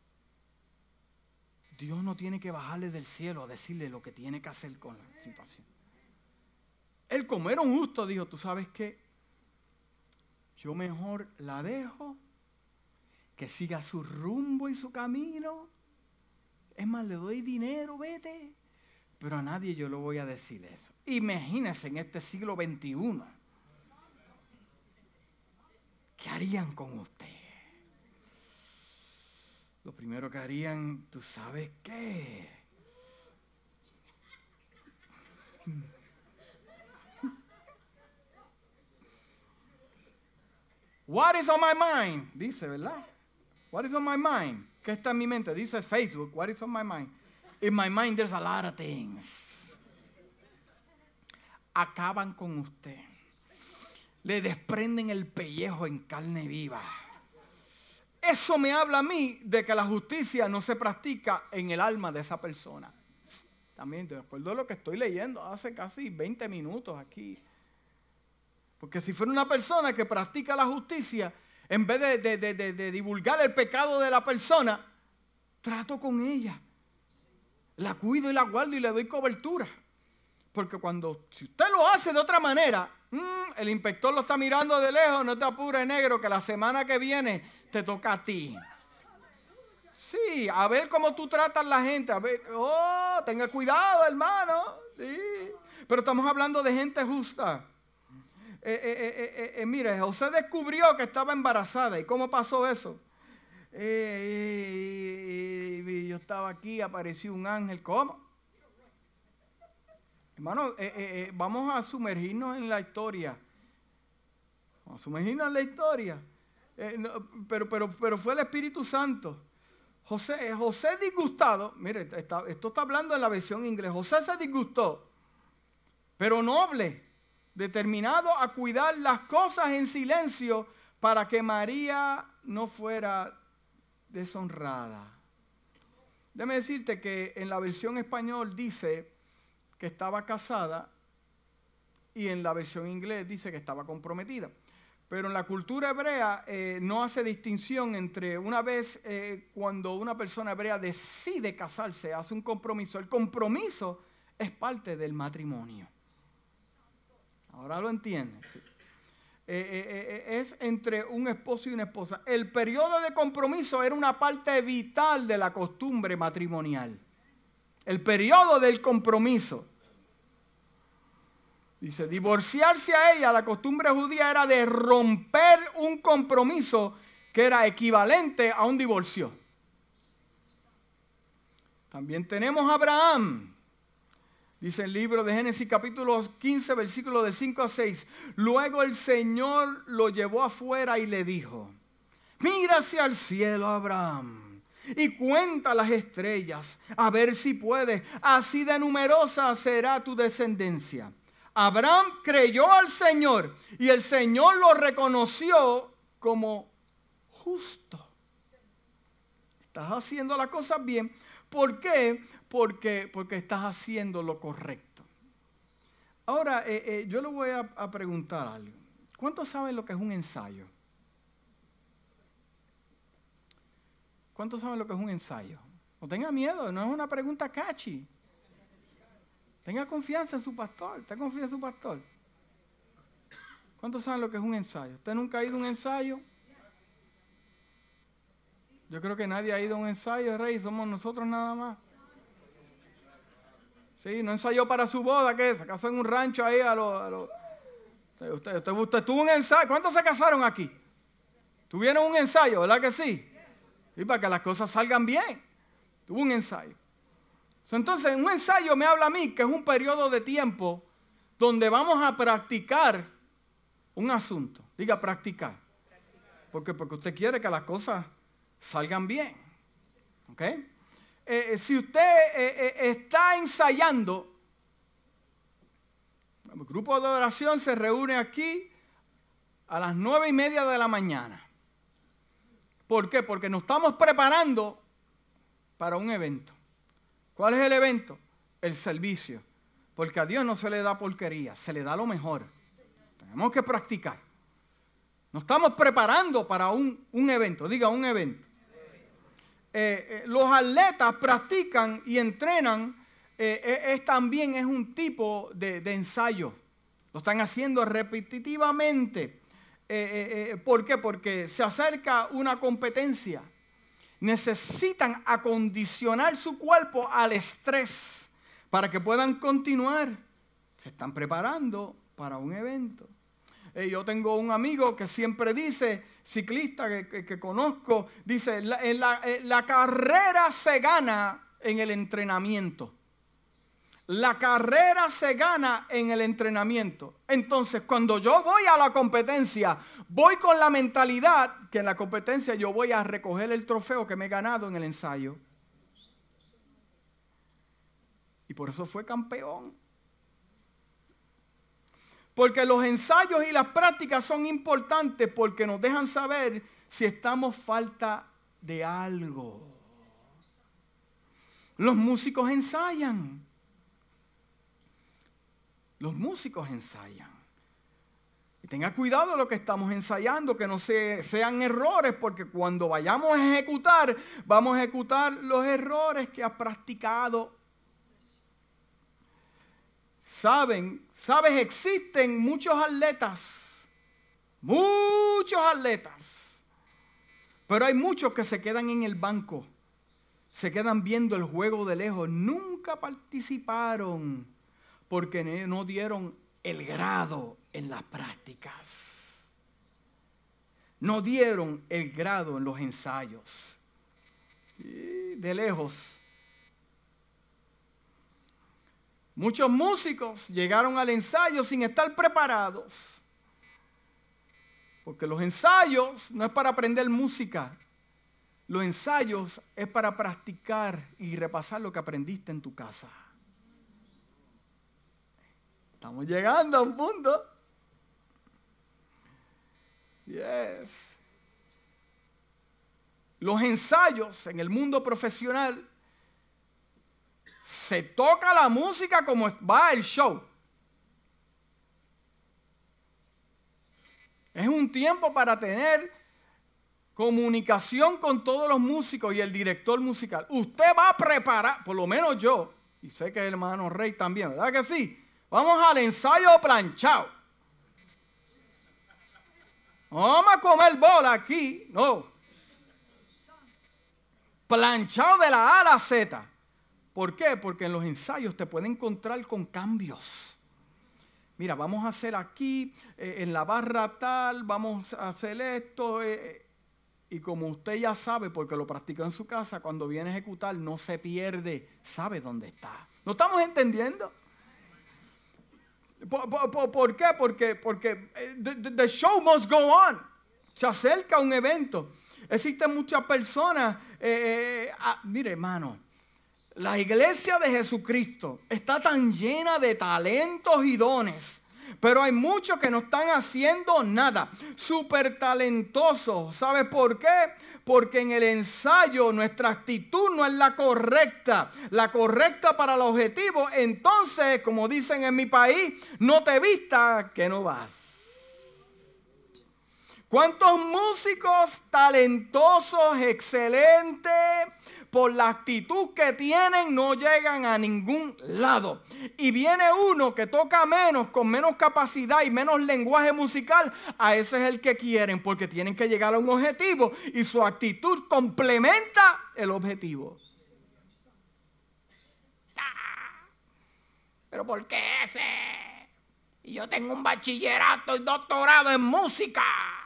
Dios no tiene que bajarle del cielo a decirle lo que tiene que hacer con la situación. Él, como era un justo, dijo, ¿tú sabes qué? Yo mejor la dejo, que siga su rumbo y su camino. Es más, le doy dinero, vete. Pero a nadie yo le voy a decir eso. Imagínense en este siglo veintiuno. harían con usted? Lo primero que harían, ¿tú sabes qué? What is on my mind? Dice, ¿verdad? What is on my mind? ¿Qué está en mi mente? Dice Facebook. What is on my mind? In my mind there's a lot of things. Acaban con usted. Le desprenden el pellejo en carne viva. Eso me habla a mí de que la justicia no se practica en el alma de esa persona. También te acuerdo de lo que estoy leyendo hace casi veinte minutos aquí. Porque si fuera una persona que practica la justicia, en vez de, de, de, de, de divulgar el pecado de la persona, trato con ella. La cuido y la guardo y le doy cobertura. Porque cuando, si usted lo hace de otra manera, mmm, el inspector lo está mirando de lejos, no te apures, negro, que la semana que viene te toca a ti. Sí, a ver cómo tú tratas a la gente. A ver, oh, tenga cuidado, hermano. Sí. Pero estamos hablando de gente justa. Eh, eh, eh, eh, eh, mire, José descubrió que estaba embarazada. ¿Y cómo pasó eso? Eh, eh, eh, yo estaba aquí, apareció un ángel. ¿Cómo? Hermano, eh, eh, eh, vamos a sumergirnos en la historia. Vamos a sumergirnos en la historia. Eh, no, pero, pero, pero fue el Espíritu Santo. José, José disgustado, mire, está, esto está hablando en la versión inglés. José se disgustó, pero noble, determinado a cuidar las cosas en silencio para que María no fuera deshonrada. Déjame decirte que en la versión español dice que estaba casada y en la versión inglés dice que estaba comprometida. Pero en la cultura hebrea eh, no hace distinción entre una vez eh, cuando una persona hebrea decide casarse, hace un compromiso. El compromiso es parte del matrimonio. Ahora lo entiendes. ¿Sí? Eh, eh, eh, es entre un esposo y una esposa. El periodo de compromiso era una parte vital de la costumbre matrimonial. El periodo del compromiso. Dice, divorciarse a ella, la costumbre judía era de romper un compromiso que era equivalente a un divorcio. También tenemos a Abraham. Dice el libro de Génesis capítulo quince, versículos de cinco a seis. Luego el Señor lo llevó afuera y le dijo, mira hacia el cielo, Abraham, y cuenta las estrellas, a ver si puedes. Así de numerosa será tu descendencia. Abraham creyó al Señor y el Señor lo reconoció como justo. Estás haciendo las cosas bien. ¿Por qué? Porque, porque estás haciendo lo correcto. Ahora, eh, eh, yo le voy a, a preguntar algo. ¿Cuántos saben lo que es un ensayo? ¿Cuántos saben lo que es un ensayo? No tenga miedo, no es una pregunta catchy. Tenga confianza en su pastor. ¿Usted confía en su pastor? ¿Cuántos saben lo que es un ensayo? ¿Usted nunca ha ido a un ensayo? Yo creo que nadie ha ido a un ensayo, Rey. Somos nosotros nada más. Sí, no ensayó para su boda, ¿qué es? Se casó en un rancho ahí a los... Lo, usted, usted, usted tuvo un ensayo. ¿Cuántos se casaron aquí? ¿Tuvieron un ensayo, verdad que sí? Y para que las cosas salgan bien. Tuvo un ensayo. Entonces, un ensayo me habla a mí que es un periodo de tiempo donde vamos a practicar un asunto. Diga practicar. Porque, porque usted quiere que las cosas salgan bien. ¿Ok? Eh, si usted eh, eh, está ensayando, el grupo de oración se reúne aquí a las nueve y media de la mañana. ¿Por qué? Porque nos estamos preparando para un evento. ¿Cuál es el evento? El servicio. Porque a Dios no se le da porquería, se le da lo mejor. Tenemos que practicar. Nos estamos preparando para un, un evento. Diga, un evento. Eh, eh, los atletas practican y entrenan. Eh, eh, es, también es un tipo de, de ensayo. Lo están haciendo repetitivamente. Eh, eh, eh, ¿Por qué? Porque se acerca una competencia. Necesitan acondicionar su cuerpo al estrés para que puedan continuar. Se están preparando para un evento. Eh, yo tengo un amigo que siempre dice, ciclista que, que, que conozco, dice, la, en la, en la carrera se gana en el entrenamiento. La carrera se gana en el entrenamiento. Entonces, cuando yo voy a la competencia, voy con la mentalidad que en la competencia yo voy a recoger el trofeo que me he ganado en el ensayo. Y por eso fue campeón. Porque los ensayos y las prácticas son importantes porque nos dejan saber si estamos falta de algo. Los músicos ensayan. Los músicos ensayan. Y tenga cuidado de lo que estamos ensayando, que no se, sean errores, porque cuando vayamos a ejecutar, vamos a ejecutar los errores que has practicado. Saben, sabes, existen muchos atletas, muchos atletas, pero hay muchos que se quedan en el banco, se quedan viendo el juego de lejos, nunca participaron porque no dieron el grado en las prácticas, no dieron el grado en los ensayos, y de lejos. Muchos músicos llegaron al ensayo sin estar preparados. Porque los ensayos no es para aprender música. Los ensayos es para practicar y repasar lo que aprendiste en tu casa. Estamos llegando a un punto. Yes. Los ensayos en el mundo profesional se toca la música como va el show. Es un tiempo para tener comunicación con todos los músicos y el director musical. Usted va a preparar, por lo menos yo, y sé que el hermano Rey también, ¿verdad que sí? Vamos al ensayo planchado. No vamos a comer bola aquí, no. Planchado de la A a la Z. ¿Por qué? Porque en los ensayos te pueden encontrar con cambios. Mira, vamos a hacer aquí, eh, en la barra tal, vamos a hacer esto. Eh, y como usted ya sabe, porque lo practicó en su casa, cuando viene a ejecutar no se pierde, sabe dónde está. ¿No estamos entendiendo? ¿Por, por, por qué? Porque, porque the, the show must go on. Se acerca un evento. Existen muchas personas. Eh, eh, ah, mire, hermano. La iglesia de Jesucristo está tan llena de talentos y dones, pero hay muchos que no están haciendo nada. Súper talentosos. ¿Sabes por qué? Porque en el ensayo nuestra actitud no es la correcta, la correcta para el objetivo. Entonces, como dicen en mi país, no te vistas que no vas. ¿Cuántos músicos talentosos, excelentes, por la actitud que tienen no llegan a ningún lado? Y viene uno que toca menos, con menos capacidad y menos lenguaje musical, a ese es el que quieren, porque tienen que llegar a un objetivo y su actitud complementa el objetivo. Ah, pero ¿por qué ese? Y yo tengo un bachillerato y doctorado en música.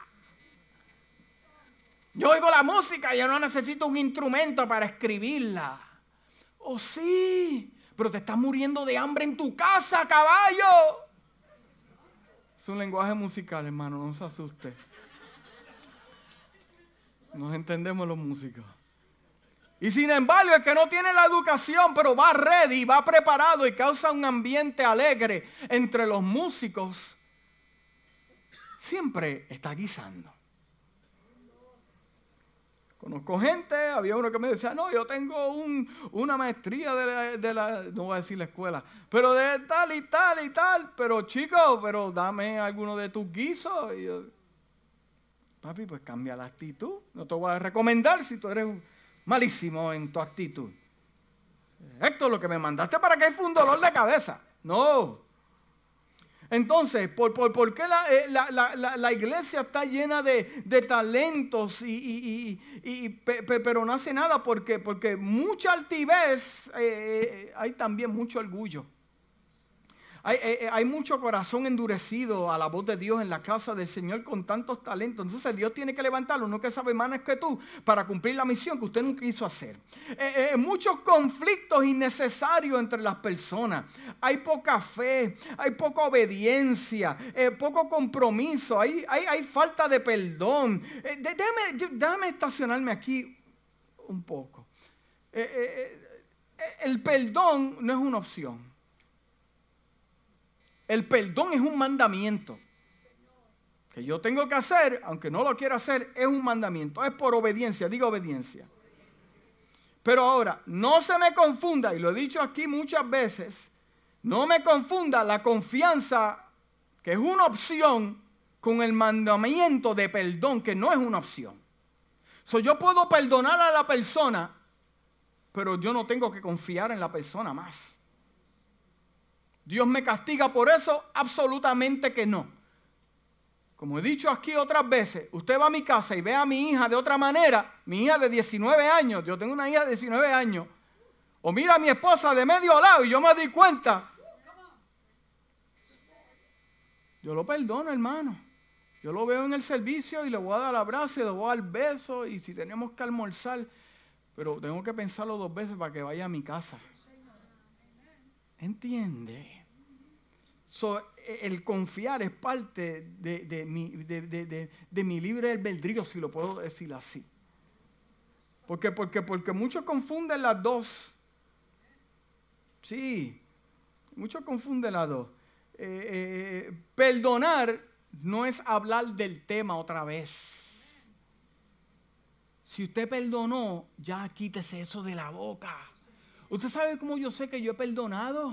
Yo oigo la música y yo no necesito un instrumento para escribirla. Oh, sí, pero te estás muriendo de hambre en tu casa, caballo. Es un lenguaje musical, hermano, no se asuste. Nos entendemos los músicos. Y sin embargo, el que no tiene la educación, pero va ready, va preparado y causa un ambiente alegre entre los músicos, siempre está guisando. Conozco gente, había uno que me decía, no, yo tengo un, una maestría de la, de la, no voy a decir la escuela, pero de tal y tal y tal, pero chico, pero dame alguno de tus guisos. Y yo, papi, pues cambia la actitud, no te voy a recomendar si tú eres malísimo en tu actitud. Héctor, lo que me mandaste para que fue un dolor de cabeza. No. Entonces, ¿por, por, por qué la, la, la, la iglesia está llena de, de talentos, y, y, y, y, pe, pe, pero no hace nada? Porque, porque mucha altivez, eh, hay también mucho orgullo. Hay, hay, hay mucho corazón endurecido a la voz de Dios en la casa del Señor con tantos talentos. Entonces Dios tiene que levantarlo, uno que sabe más que tú, para cumplir la misión que usted nunca quiso hacer. Eh, eh, muchos conflictos innecesarios entre las personas. Hay poca fe, hay poca obediencia, eh, poco compromiso, hay, hay, hay falta de perdón. Eh, déjame, déjame estacionarme aquí un poco. Eh, eh, eh, el perdón no es una opción. El perdón es un mandamiento que yo tengo que hacer, aunque no lo quiera hacer, es un mandamiento. Es por obediencia, diga obediencia. Pero ahora, no se me confunda, y lo he dicho aquí muchas veces, no me confunda la confianza, que es una opción, con el mandamiento de perdón, que no es una opción. So, yo puedo perdonar a la persona, pero yo no tengo que confiar en la persona más. ¿Dios me castiga por eso? Absolutamente que no. Como he dicho aquí otras veces, usted va a mi casa y ve a mi hija de otra manera, mi hija de diecinueve años, yo tengo una hija de diecinueve años, o mira a mi esposa de medio lado y yo me doy cuenta, yo lo perdono, hermano. Yo lo veo en el servicio y le voy a dar el abrazo y le voy a dar el beso, y si tenemos que almorzar, pero tengo que pensarlo dos veces para que vaya a mi casa. ¿Entiende? So, el confiar es parte de, de, mi, de, de, de, de mi libre albedrío, si lo puedo decir así. Porque, porque, porque muchos confunden las dos. Sí, muchos confunden las dos. Eh, eh, perdonar no es hablar del tema otra vez. Si usted perdonó, ya quítese eso de la boca. ¿Usted sabe cómo yo sé que yo he perdonado?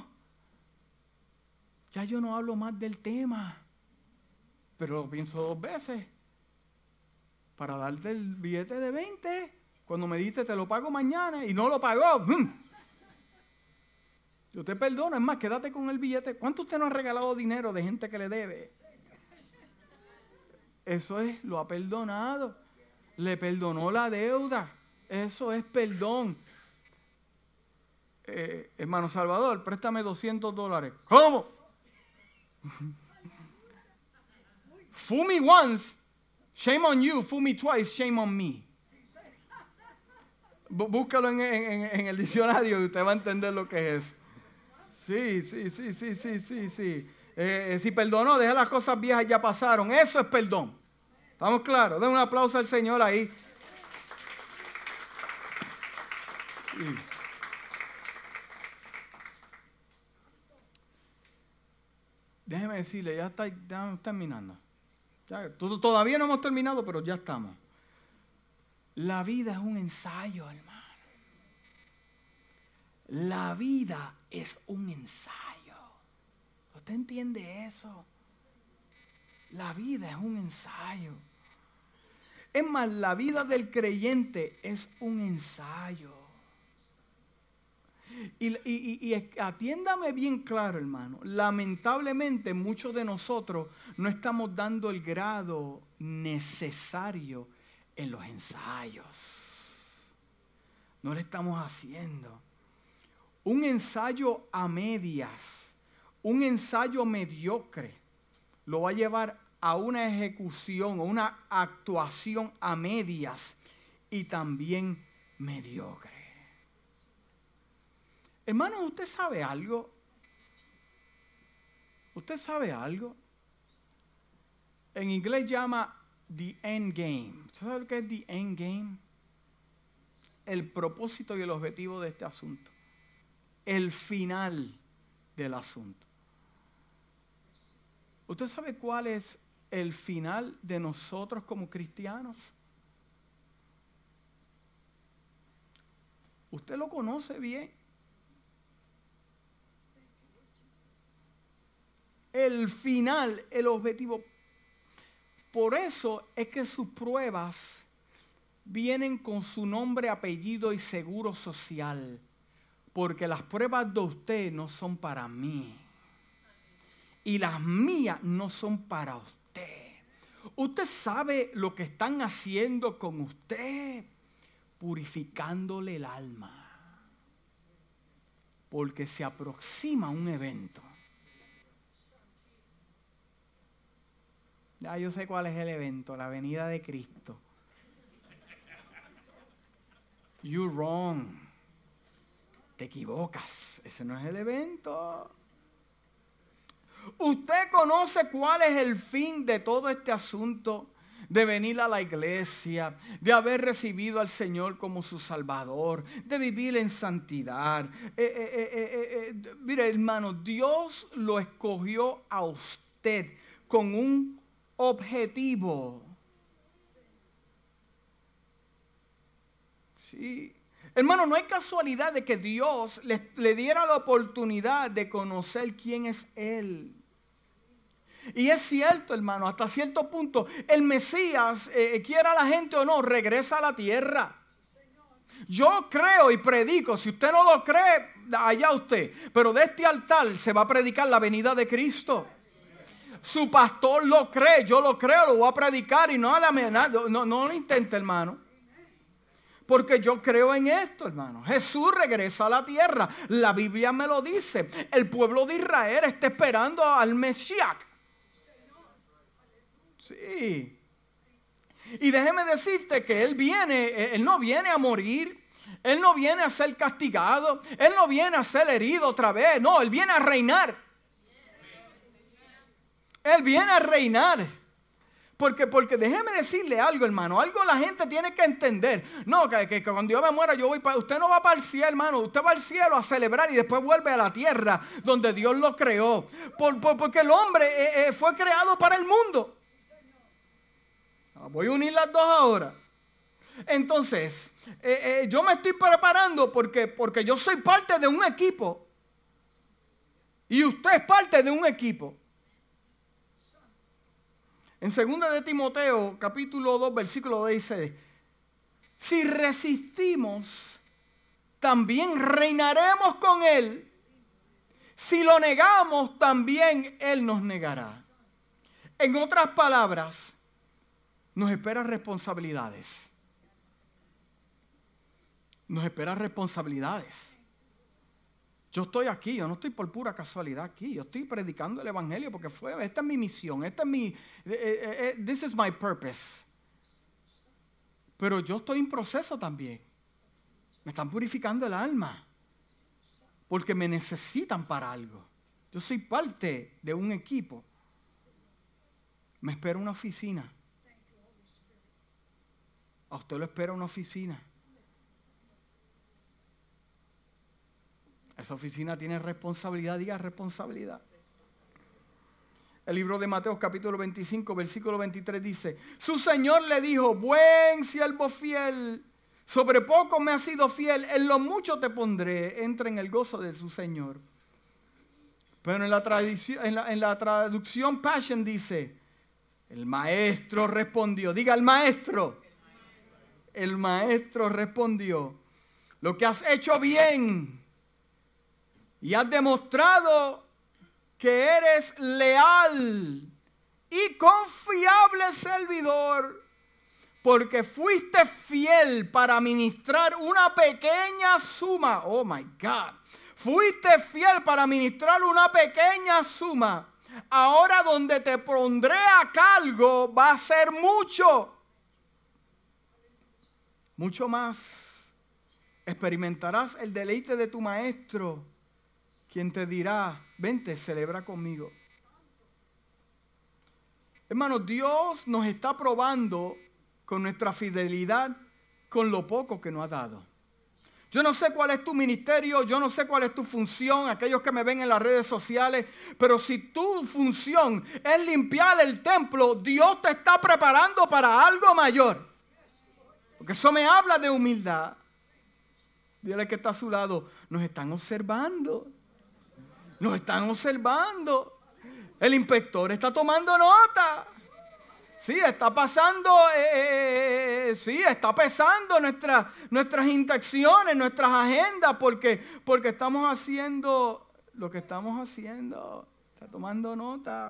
Ya yo no hablo más del tema, pero lo pienso dos veces. Para darte el billete de veinte, cuando me dijiste te lo pago mañana y no lo pagó. Yo te perdono, es más, quédate con el billete. ¿Cuánto usted no ha regalado dinero de gente que le debe? Eso es, lo ha perdonado. Le perdonó la deuda. Eso es perdón. Eh, hermano Salvador, préstame doscientos dólares. ¿Cómo? Fool me once, shame on you. Fool me twice, shame on me. Búscalo en, en, en el diccionario y usted va a entender lo que es eso. Sí, sí, sí, sí, sí, sí, sí. Eh, si perdonó, deja las cosas viejas, ya pasaron. Eso es perdón. ¿Estamos claros? Den un aplauso al Señor ahí. Sí. Déjeme decirle, ya está, ya estamos terminando. Ya, todavía no hemos terminado, pero ya estamos. La vida es un ensayo, hermano. La vida es un ensayo. ¿Usted entiende eso? La vida es un ensayo. Es más, la vida del creyente es un ensayo. Y, y, y, y atiéndame bien claro, hermano. Lamentablemente muchos de nosotros no estamos dando el grado necesario en los ensayos. No lo estamos haciendo. Un ensayo a medias, un ensayo mediocre, lo va a llevar a una ejecución o una actuación a medias y también mediocre. Hermano, ¿usted sabe algo? ¿Usted sabe algo? En inglés llama the end game. ¿Usted sabe lo que es the end game? El propósito y el objetivo de este asunto. El final del asunto. ¿Usted sabe cuál es el final de nosotros como cristianos? ¿Usted lo conoce bien? El final, el objetivo. Por eso es que sus pruebas vienen con su nombre, apellido y seguro social. Porque las pruebas de usted no son para mí. Y las mías no son para usted. Usted sabe lo que están haciendo con usted, purificándole el alma. Porque se aproxima un evento. Ya yo sé cuál es el evento, la venida de Cristo. You're wrong. Te equivocas. Ese no es el evento. ¿Usted conoce cuál es el fin de todo este asunto? De venir a la iglesia, de haber recibido al Señor como su Salvador, de vivir en santidad. Eh, eh, eh, eh, eh, mire, hermano, Dios lo escogió a usted con un objetivo. Sí. Hermano, no hay casualidad de que Dios le, le diera la oportunidad de conocer quién es Él. Y es cierto, hermano, hasta cierto punto, el Mesías, eh, quiera la gente o no, regresa a la tierra. Yo creo y predico, si usted no lo cree, allá usted, pero de este altar se va a predicar la venida de Cristo. Su pastor lo cree, yo lo creo, lo voy a predicar y no, no, no, no lo intente, hermano. Porque yo creo en esto, hermano. Jesús regresa a la tierra. La Biblia me lo dice. El pueblo de Israel está esperando al Mesías. Sí. Y déjeme decirte que Él viene, Él no viene a morir. Él no viene a ser castigado. Él no viene a ser herido otra vez. No, Él viene a reinar. Él viene a reinar. Porque, porque déjeme decirle algo, hermano. Algo la gente tiene que entender. No, que, que, que cuando yo me muera, yo voy para. Usted no va para el cielo, hermano. Usted va al cielo a celebrar y después vuelve a la tierra donde Dios lo creó. Por, por, porque el hombre eh, eh, fue creado para el mundo. Voy a unir las dos ahora. Entonces, eh, eh, yo me estoy preparando porque, porque yo soy parte de un equipo. Y usted es parte de un equipo. En segunda de Timoteo, capítulo dos, versículo dos dice: si resistimos, también reinaremos con Él. Si lo negamos, también Él nos negará. En otras palabras, nos esperan responsabilidades. Nos esperan responsabilidades. Yo estoy aquí, yo no estoy por pura casualidad aquí. Yo estoy predicando el evangelio porque fue, esta es mi misión, esta es mi, eh, eh, this is my purpose. Pero yo estoy en proceso también. Me están purificando el alma porque me necesitan para algo. Yo soy parte de un equipo. Me espera una oficina. A usted lo espera una oficina. Esa oficina tiene responsabilidad, diga responsabilidad. El libro de Mateo capítulo veinticinco, versículo veintitrés dice: su Señor le dijo: buen siervo fiel, sobre poco me has sido fiel, en lo mucho te pondré, entra en el gozo de su Señor. Pero en la, en la, en la traducción Passion dice: el maestro respondió, diga el maestro. El maestro respondió: lo que has hecho bien. Y has demostrado que eres leal y confiable servidor, porque fuiste fiel para administrar una pequeña suma. Oh my God. Fuiste fiel para administrar una pequeña suma. Ahora donde te pondré a cargo va a ser mucho. Mucho más. Experimentarás el deleite de tu maestro, quien te dirá: vente, celebra conmigo. Hermanos, Dios nos está probando con nuestra fidelidad, con lo poco que nos ha dado. Yo no sé cuál es tu ministerio, yo no sé cuál es tu función, aquellos que me ven en las redes sociales, pero si tu función es limpiar el templo, Dios te está preparando para algo mayor. Porque eso me habla de humildad. Dígale que está a su lado: nos están observando. Nos están observando. El inspector está tomando nota. Sí, está pasando, eh, eh, sí, está pesando nuestra, nuestras intenciones, nuestras agendas, porque, porque estamos haciendo lo que estamos haciendo. Está tomando nota.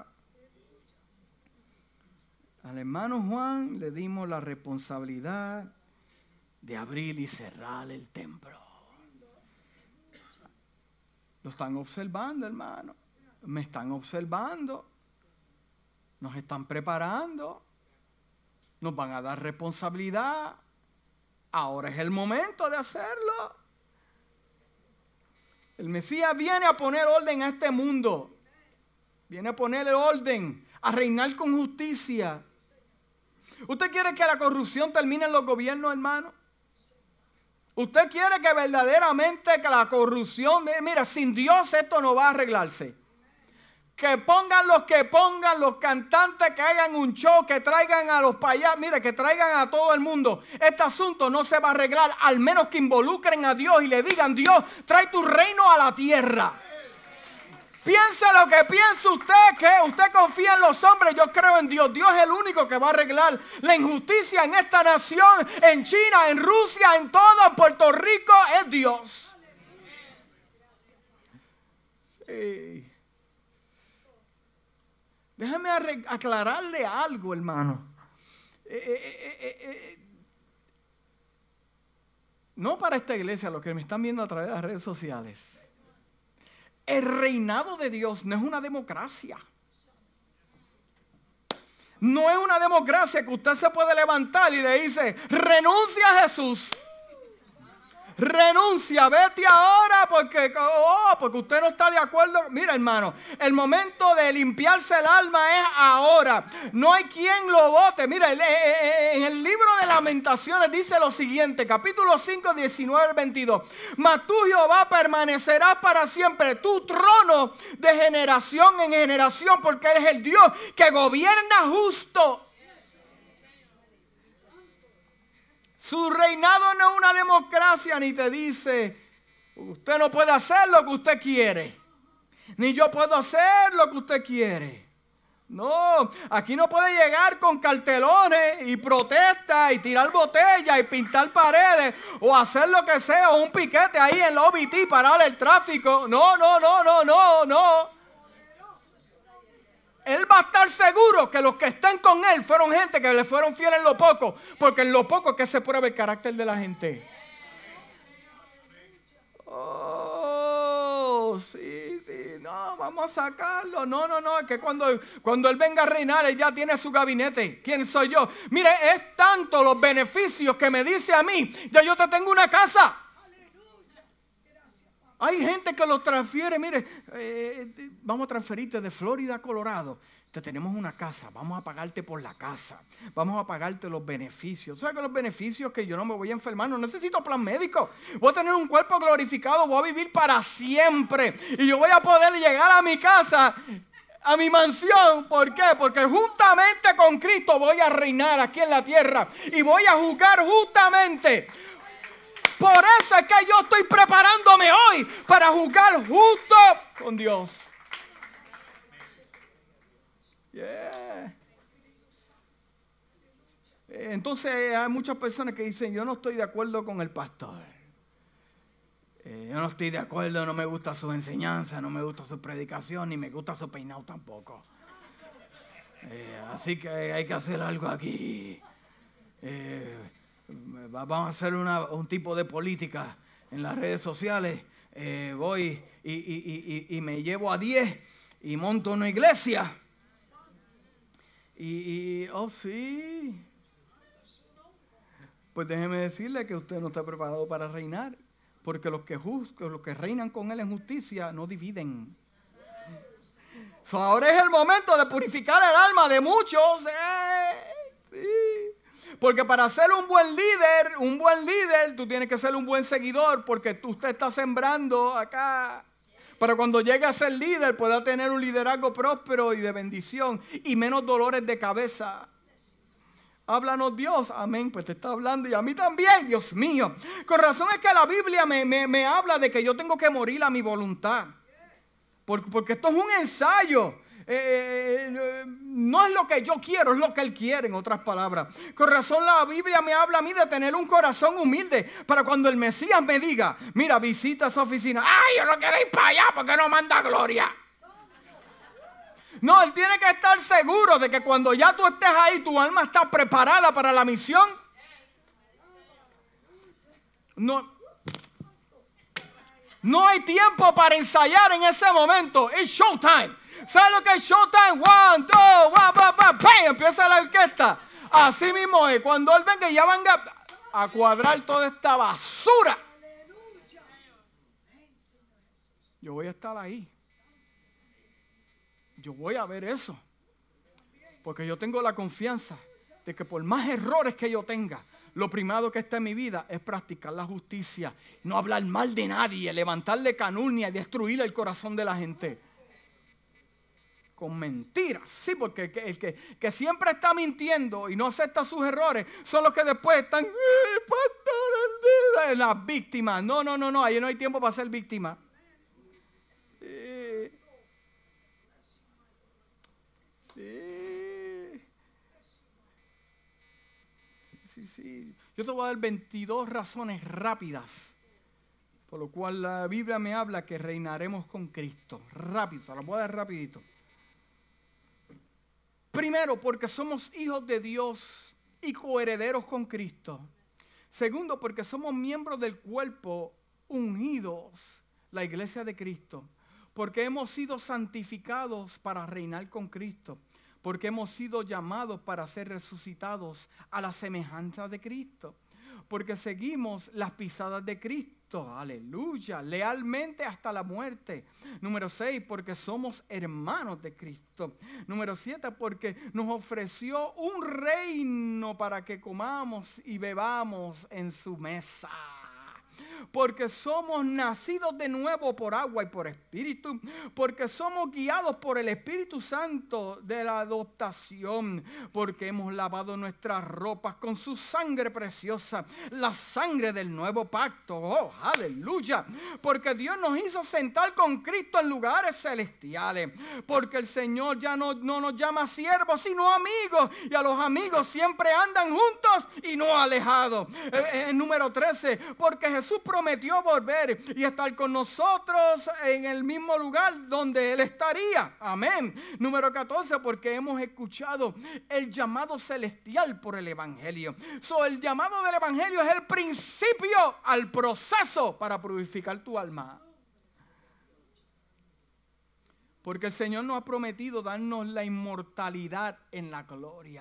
Al hermano Juan le dimos la responsabilidad de abrir y cerrar el templo. Lo están observando, hermano. Me están observando. Nos están preparando. Nos van a dar responsabilidad. Ahora es el momento de hacerlo. El Mesías viene a poner orden a este mundo. Viene a ponerle orden, a reinar con justicia. ¿Usted quiere que la corrupción termine en los gobiernos, hermano? ¿Usted quiere que verdaderamente que la corrupción, mira, sin Dios esto no va a arreglarse? Que pongan los que pongan, los cantantes, que hagan un show, que traigan a los payasos, mire, que traigan a todo el mundo. Este asunto no se va a arreglar, al menos que involucren a Dios y le digan: Dios, trae tu reino a la tierra. Piense lo que piense usted, que usted confía en los hombres, yo creo en Dios. Dios es el único que va a arreglar la injusticia en esta nación, en China, en Rusia, en todo, en Puerto Rico, es Dios. Sí. Déjame aclararle algo, hermano. Eh, eh, eh, eh, no para esta iglesia, los que me están viendo a través de las redes sociales. El reinado de Dios no es una democracia. No es una democracia que usted se puede levantar y le dice: renuncia a Jesús. Renuncia, vete ahora porque, oh, porque usted no está de acuerdo. Mira, hermano, el momento de limpiarse el alma es ahora. No hay quien lo vote. Mira, en el libro de Lamentaciones dice lo siguiente, capítulo cinco, diecinueve al veintidós. Mas tú, Jehová, permanecerás para siempre, tu trono de generación en generación, porque eres el Dios que gobierna justo. Su reinado no es una democracia, ni te dice: usted no puede hacer lo que usted quiere, ni yo puedo hacer lo que usted quiere. No, aquí no puede llegar con cartelones y protestas y tirar botellas y pintar paredes o hacer lo que sea, o un piquete ahí en la O B T para el tráfico. No, no, no, no, no, no. Él va a estar seguro que los que estén con él fueron gente que le fueron fieles en lo poco, porque en lo poco es que se prueba el carácter de la gente. Oh, sí, sí, no, vamos a sacarlo. No, no, no, es que cuando, cuando él venga a reinar, él ya tiene su gabinete. ¿Quién soy yo? Mire, es tanto los beneficios que me dice a mí: ya yo te tengo una casa. Hay gente que lo transfiere, mire, eh, vamos a transferirte de Florida a Colorado. Te tenemos una casa, vamos a pagarte por la casa, vamos a pagarte los beneficios. ¿Sabes que los beneficios? Que yo no me voy a enfermar, no necesito plan médico. Voy a tener un cuerpo glorificado, voy a vivir para siempre. Y yo voy a poder llegar a mi casa, a mi mansión. ¿Por qué? Porque juntamente con Cristo voy a reinar aquí en la tierra y voy a juzgar justamente. Por eso es que yo estoy preparándome hoy para juzgar justo con Dios. Yeah. Entonces hay muchas personas que dicen: yo no estoy de acuerdo con el pastor. Eh, yo no estoy de acuerdo, no me gusta su enseñanza, no me gusta su predicación, ni me gusta su peinado tampoco. Eh, así que hay que hacer algo aquí. Eh, Vamos a hacer una, un tipo de política en las redes sociales. Eh, voy y, y, y, y me llevo a diez y monto una iglesia. Y, y, oh sí. Pues déjeme decirle que usted no está preparado para reinar. Porque los que, juzgan, los que reinan con él en justicia no dividen. So, ahora es el momento de purificar el alma de muchos. Eh, sí. Porque para ser un buen líder, un buen líder, tú tienes que ser un buen seguidor, porque tú, usted está sembrando acá. Para cuando llegue a ser líder, pueda tener un liderazgo próspero y de bendición y menos dolores de cabeza. Háblanos, Dios. Amén. Pues te está hablando y a mí también, Dios mío. Con razón es que la Biblia me, me, me habla de que yo tengo que morir a mi voluntad. Porque, porque esto es un ensayo. Eh, no es lo que yo quiero, es lo que Él quiere, en otras palabras. Con razón la Biblia me habla a mí de tener un corazón humilde para cuando el Mesías me diga: mira, visita esa oficina. ¡Ay, yo no quiero ir para allá porque no manda gloria! No, Él tiene que estar seguro de que cuando ya tú estés ahí, tu alma está preparada para la misión. No, no hay tiempo para ensayar en ese momento. Es showtime. ¿Sabes lo que es showtime? One, two, one, one, one, ¡pam! Empieza la orquesta. Así mismo es. Cuando Él venga, ya van a, a cuadrar toda esta basura. Yo voy a estar ahí. Yo voy a ver eso. Porque yo tengo la confianza de que por más errores que yo tenga, lo primado que está en mi vida es practicar la justicia, no hablar mal de nadie, levantarle calumnia y destruir el corazón de la gente. Con mentiras, sí, porque el, que, el que, que siempre está mintiendo y no acepta sus errores son los que después están, ¡eh, pastor, las víctimas! No, no, no, no, ahí no hay tiempo para ser víctima. Eh, sí. Sí, sí, sí. Yo te voy a dar veintidós razones rápidas por lo cual la Biblia me habla que reinaremos con Cristo. Rápido, te las voy a dar rapidito. Primero, porque somos hijos de Dios y coherederos con Cristo. Segundo, porque somos miembros del cuerpo ungidos, la iglesia de Cristo. Porque hemos sido santificados para reinar con Cristo. Porque hemos sido llamados para ser resucitados a la semejanza de Cristo. Porque seguimos las pisadas de Cristo, aleluya, lealmente hasta la muerte. Número seis, porque somos hermanos de Cristo. Número siete, porque nos ofreció un reino para que comamos y bebamos en su mesa. Porque somos nacidos de nuevo por agua y por espíritu, porque somos guiados por el Espíritu Santo de la adoptación, porque hemos lavado nuestras ropas con su sangre preciosa, la sangre del nuevo pacto. Oh, aleluya, porque Dios nos hizo sentar con Cristo en lugares celestiales, porque el Señor ya no, no nos llama siervos sino amigos, y a los amigos siempre andan juntos y no alejados. Eh, eh, número trece, porque Jesús prometió volver y estar con nosotros en el mismo lugar donde Él estaría. Amén. Número catorce, porque hemos escuchado el llamado celestial por el Evangelio. So, el llamado del Evangelio es el principio al proceso para purificar tu alma. Porque el Señor nos ha prometido darnos la inmortalidad en la gloria.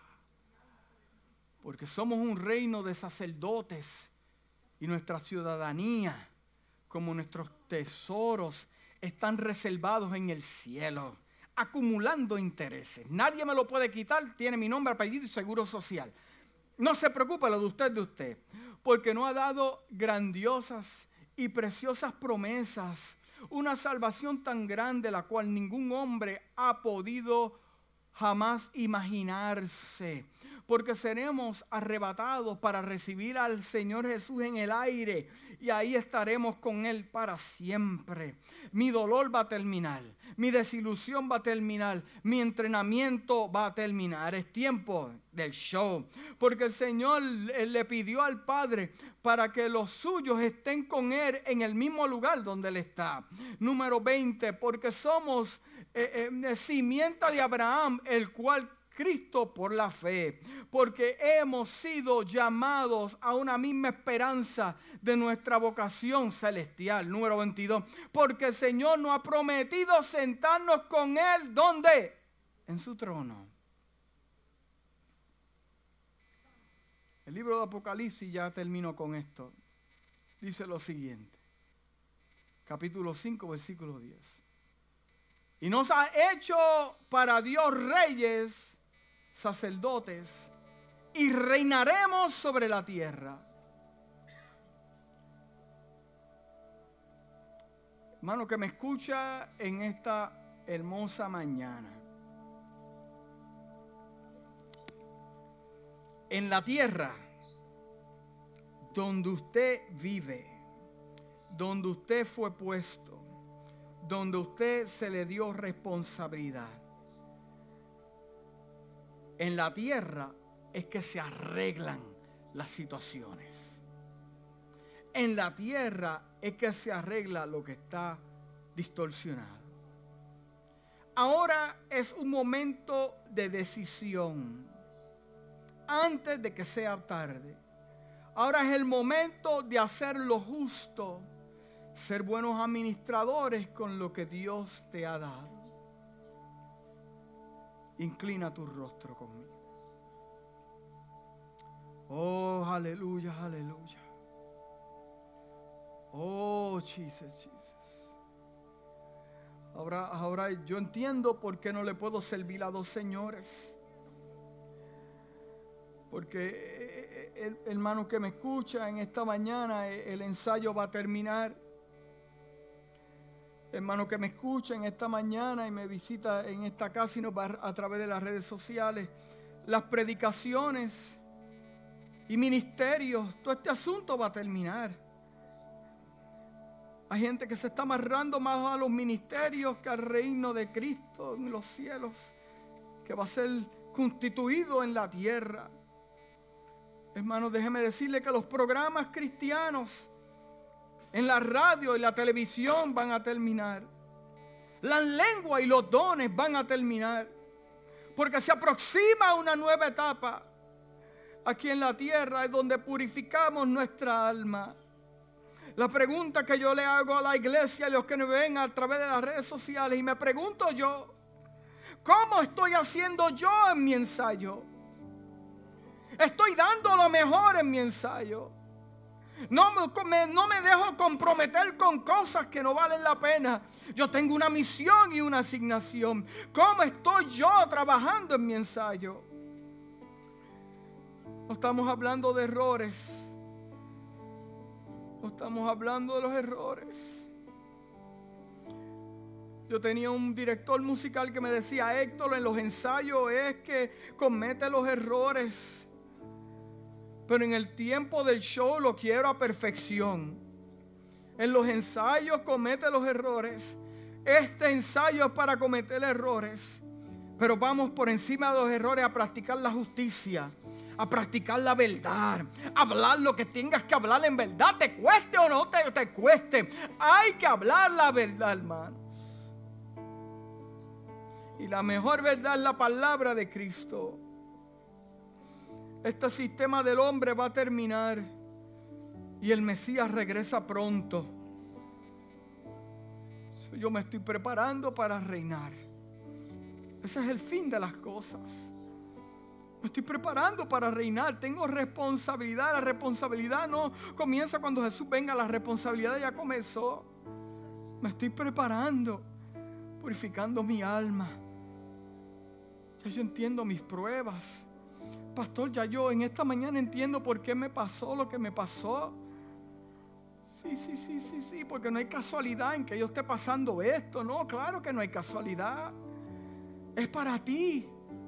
Porque somos un reino de sacerdotes. Y nuestra ciudadanía, como nuestros tesoros, están reservados en el cielo, acumulando intereses. Nadie me lo puede quitar, tiene mi nombre, apellido y seguro social. No se preocupe, lo de usted de usted, porque nos ha dado grandiosas y preciosas promesas, una salvación tan grande la cual ningún hombre ha podido jamás imaginarse. Porque seremos arrebatados para recibir al Señor Jesús en el aire. Y ahí estaremos con Él para siempre. Mi dolor va a terminar. Mi desilusión va a terminar. Mi entrenamiento va a terminar. Es tiempo del show. Porque el Señor le pidió al Padre para que los suyos estén con Él en el mismo lugar donde Él está. Número veinte. Porque somos eh, eh, simiente de Abraham, el cual Cristo por la fe, porque hemos sido llamados a una misma esperanza de nuestra vocación celestial. Número veintidós, porque el Señor nos ha prometido sentarnos con Él, ¿dónde? En su trono. El libro de Apocalipsis, ya termino con esto, dice lo siguiente, capítulo cinco, versículo diez. Y nos ha hecho para Dios reyes, sacerdotes, y reinaremos sobre la tierra. Hermano que me escucha en esta hermosa mañana, en la tierra donde usted vive, donde usted fue puesto, donde usted se le dio responsabilidad, en la tierra es que se arreglan las situaciones. En la tierra es que se arregla lo que está distorsionado. Ahora es un momento de decisión. Antes de que sea tarde. Ahora es el momento de hacer lo justo. Ser buenos administradores con lo que Dios te ha dado. inclina tu rostro conmigo. Oh, aleluya, aleluya. Oh, Jesus, Jesus. Ahora, ahora yo entiendo por qué no le puedo servir a dos señores. Porque, el, hermano que me escucha en esta mañana, el ensayo va a terminar. Hermano que me escucha en esta mañana y me visita en esta casa y nos va a través de las redes sociales, las predicaciones y ministerios, todo este asunto va a terminar. Hay gente que se está amarrando más a los ministerios que al reino de Cristo en los cielos, que va a ser constituido en la tierra. Hermanos, déjeme decirle que los programas cristianos en la radio y la televisión van a terminar. Las lenguas y los dones van a terminar. Porque se aproxima una nueva etapa aquí en la tierra, es donde purificamos nuestra alma. La pregunta que yo le hago a la iglesia y los que nos ven a través de las redes sociales, y me pregunto yo, ¿cómo estoy haciendo yo en mi ensayo? Estoy dando lo mejor en mi ensayo. No me, no me dejo comprometer con cosas que no valen la pena. Yo tengo una misión y una asignación. ¿Cómo estoy yo trabajando en mi ensayo? No estamos hablando de errores. No estamos hablando de los errores. Yo tenía un director musical que me decía, Héctor, en los ensayos es que comete los errores. Pero en el tiempo del show lo quiero a perfección. En los ensayos comete los errores. Este ensayo es para cometer errores. Pero vamos por encima de los errores a practicar la justicia, a practicar la verdad, a hablar lo que tengas que hablar en verdad, te cueste o no te, te cueste. Hay que hablar la verdad, hermanos. Y la mejor verdad es la palabra de Cristo. Este sistema del hombre va a terminar y el Mesías regresa pronto. Yo me estoy preparando para reinar. Ese es el fin de las cosas. Me estoy preparando para reinar. Tengo responsabilidad. La responsabilidad no comienza cuando Jesús venga. La responsabilidad ya comenzó. Me estoy preparando, purificando mi alma. Ya yo entiendo mis pruebas. Pastor, ya yo en esta mañana entiendo por qué me pasó lo que me pasó. Sí, sí, sí, sí, sí, porque no hay casualidad en que yo esté pasando esto. No, claro que no hay casualidad. Es para ti.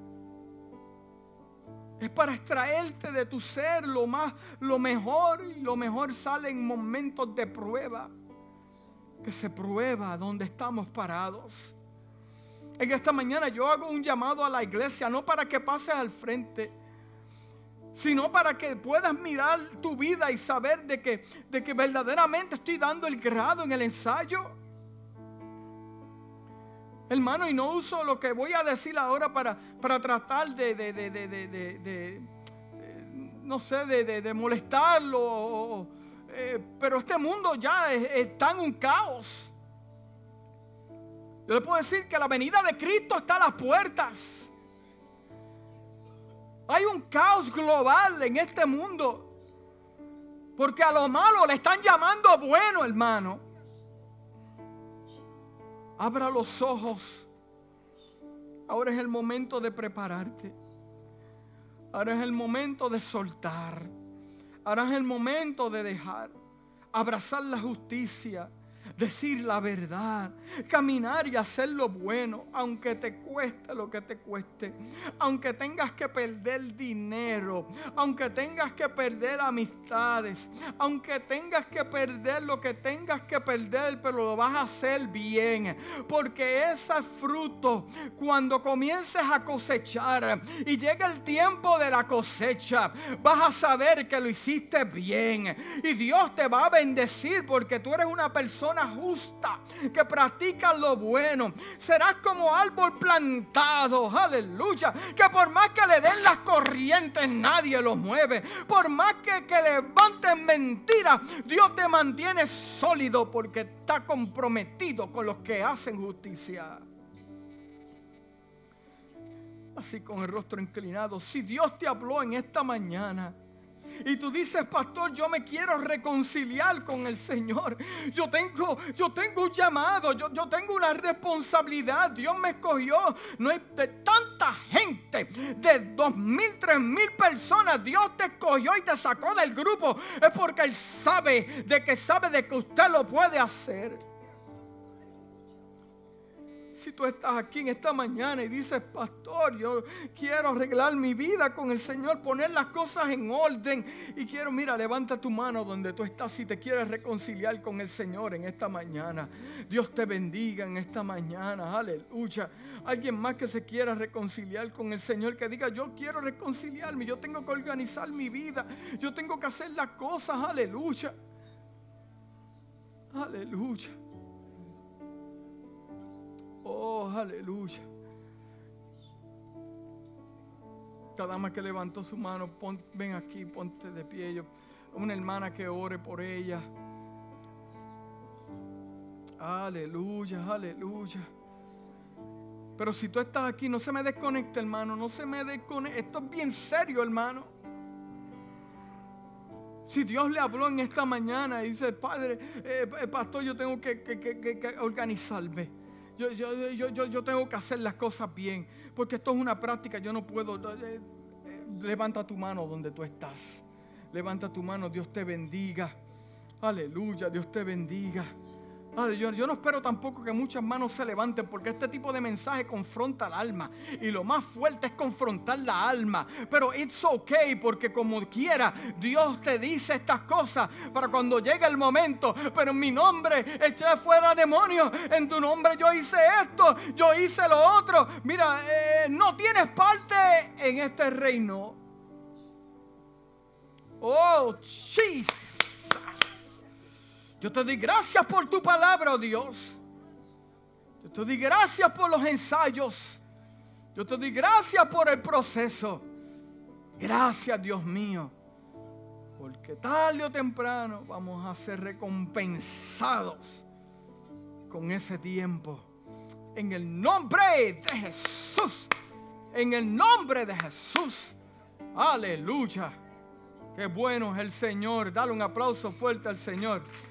Es para extraerte de tu ser lo más, lo mejor. Y lo mejor sale en momentos de prueba. Que se prueba donde estamos parados. En esta mañana yo hago un llamado a la iglesia, no para que pases al frente, sino para que puedas mirar tu vida y saber de que, de que verdaderamente estoy dando el grado en el ensayo. Hermano, y no uso lo que voy a decir ahora para, para tratar de, de, de, de, de, de, de no sé, de, de, de molestarlo, eh, pero este mundo ya es, está en un caos. Yo le puedo decir que la venida de Cristo está a las puertas. Hay un caos global en este mundo. Porque a lo malo le están llamando bueno, hermano. Abra los ojos. Ahora es el momento de prepararte. Ahora es el momento de soltar. Ahora es el momento de dejar. Abrazar la justicia. Decir la verdad, caminar y hacer lo bueno, aunque te cueste lo que te cueste, aunque tengas que perder dinero, aunque tengas que perder amistades, aunque tengas que perder lo que tengas que perder, pero lo vas a hacer bien, porque ese fruto, cuando comiences a cosechar y llega el tiempo de la cosecha, vas a saber que lo hiciste bien y Dios te va a bendecir porque tú eres una persona justa, que practica lo bueno. Serás como árbol plantado, aleluya, que por más que le den las corrientes nadie lo mueve, por más que, que levanten mentiras, Dios te mantiene sólido porque está comprometido con los que hacen justicia. así con el rostro inclinado, si Dios te habló en esta mañana y tú dices, pastor, yo me quiero reconciliar con el Señor, yo tengo, yo tengo un llamado, yo, yo tengo una responsabilidad, Dios me escogió, no hay de tanta gente, de dos mil, tres mil personas, Dios te escogió y te sacó del grupo, es porque Él sabe, de que sabe de que usted lo puede hacer. Si tú estás aquí en esta mañana y dices, pastor, yo quiero arreglar mi vida con el Señor, poner las cosas en orden y quiero, mira, levanta tu mano donde tú estás si te quieres reconciliar con el Señor en esta mañana. Dios te bendiga en esta mañana, aleluya. Alguien más que se quiera reconciliar con el Señor, que diga, yo quiero reconciliarme, yo tengo que organizar mi vida, yo tengo que hacer las cosas, aleluya. Aleluya. Oh, aleluya. Cada dama que levantó su mano, pon, ven aquí, ponte de pie. Yo, una hermana que ore por ella. Aleluya, aleluya. Pero si tú estás aquí, no se me desconecte, hermano. No se me desconecte. Esto es bien serio, hermano. Si Dios le habló en esta mañana y dice, Padre, eh, pastor, yo tengo que, que, que, que organizarme. Yo, yo, yo, yo, yo tengo que hacer las cosas bien, porque esto es una práctica, yo no puedo. Eh, eh, levanta tu mano donde tú estás. Levanta tu mano, Dios te bendiga. Aleluya, Dios te bendiga. Yo, yo no espero tampoco que muchas manos se levanten, porque este tipo de mensaje confronta al alma y lo más fuerte es confrontar la alma, pero it's okay, porque como quiera Dios te dice estas cosas para cuando llegue el momento. Pero en mi nombre eché fuera demonios, en tu nombre yo hice esto, yo hice lo otro. Mira, eh, no tienes parte en este reino. Oh, Jesus. Yo te doy gracias por tu palabra, oh Dios. Yo te doy gracias por los ensayos. Yo te doy gracias por el proceso. Gracias, Dios mío. Porque tarde o temprano vamos a ser recompensados con ese tiempo. En el nombre de Jesús. En el nombre de Jesús. Aleluya. Qué bueno es el Señor. Dale un aplauso fuerte al Señor.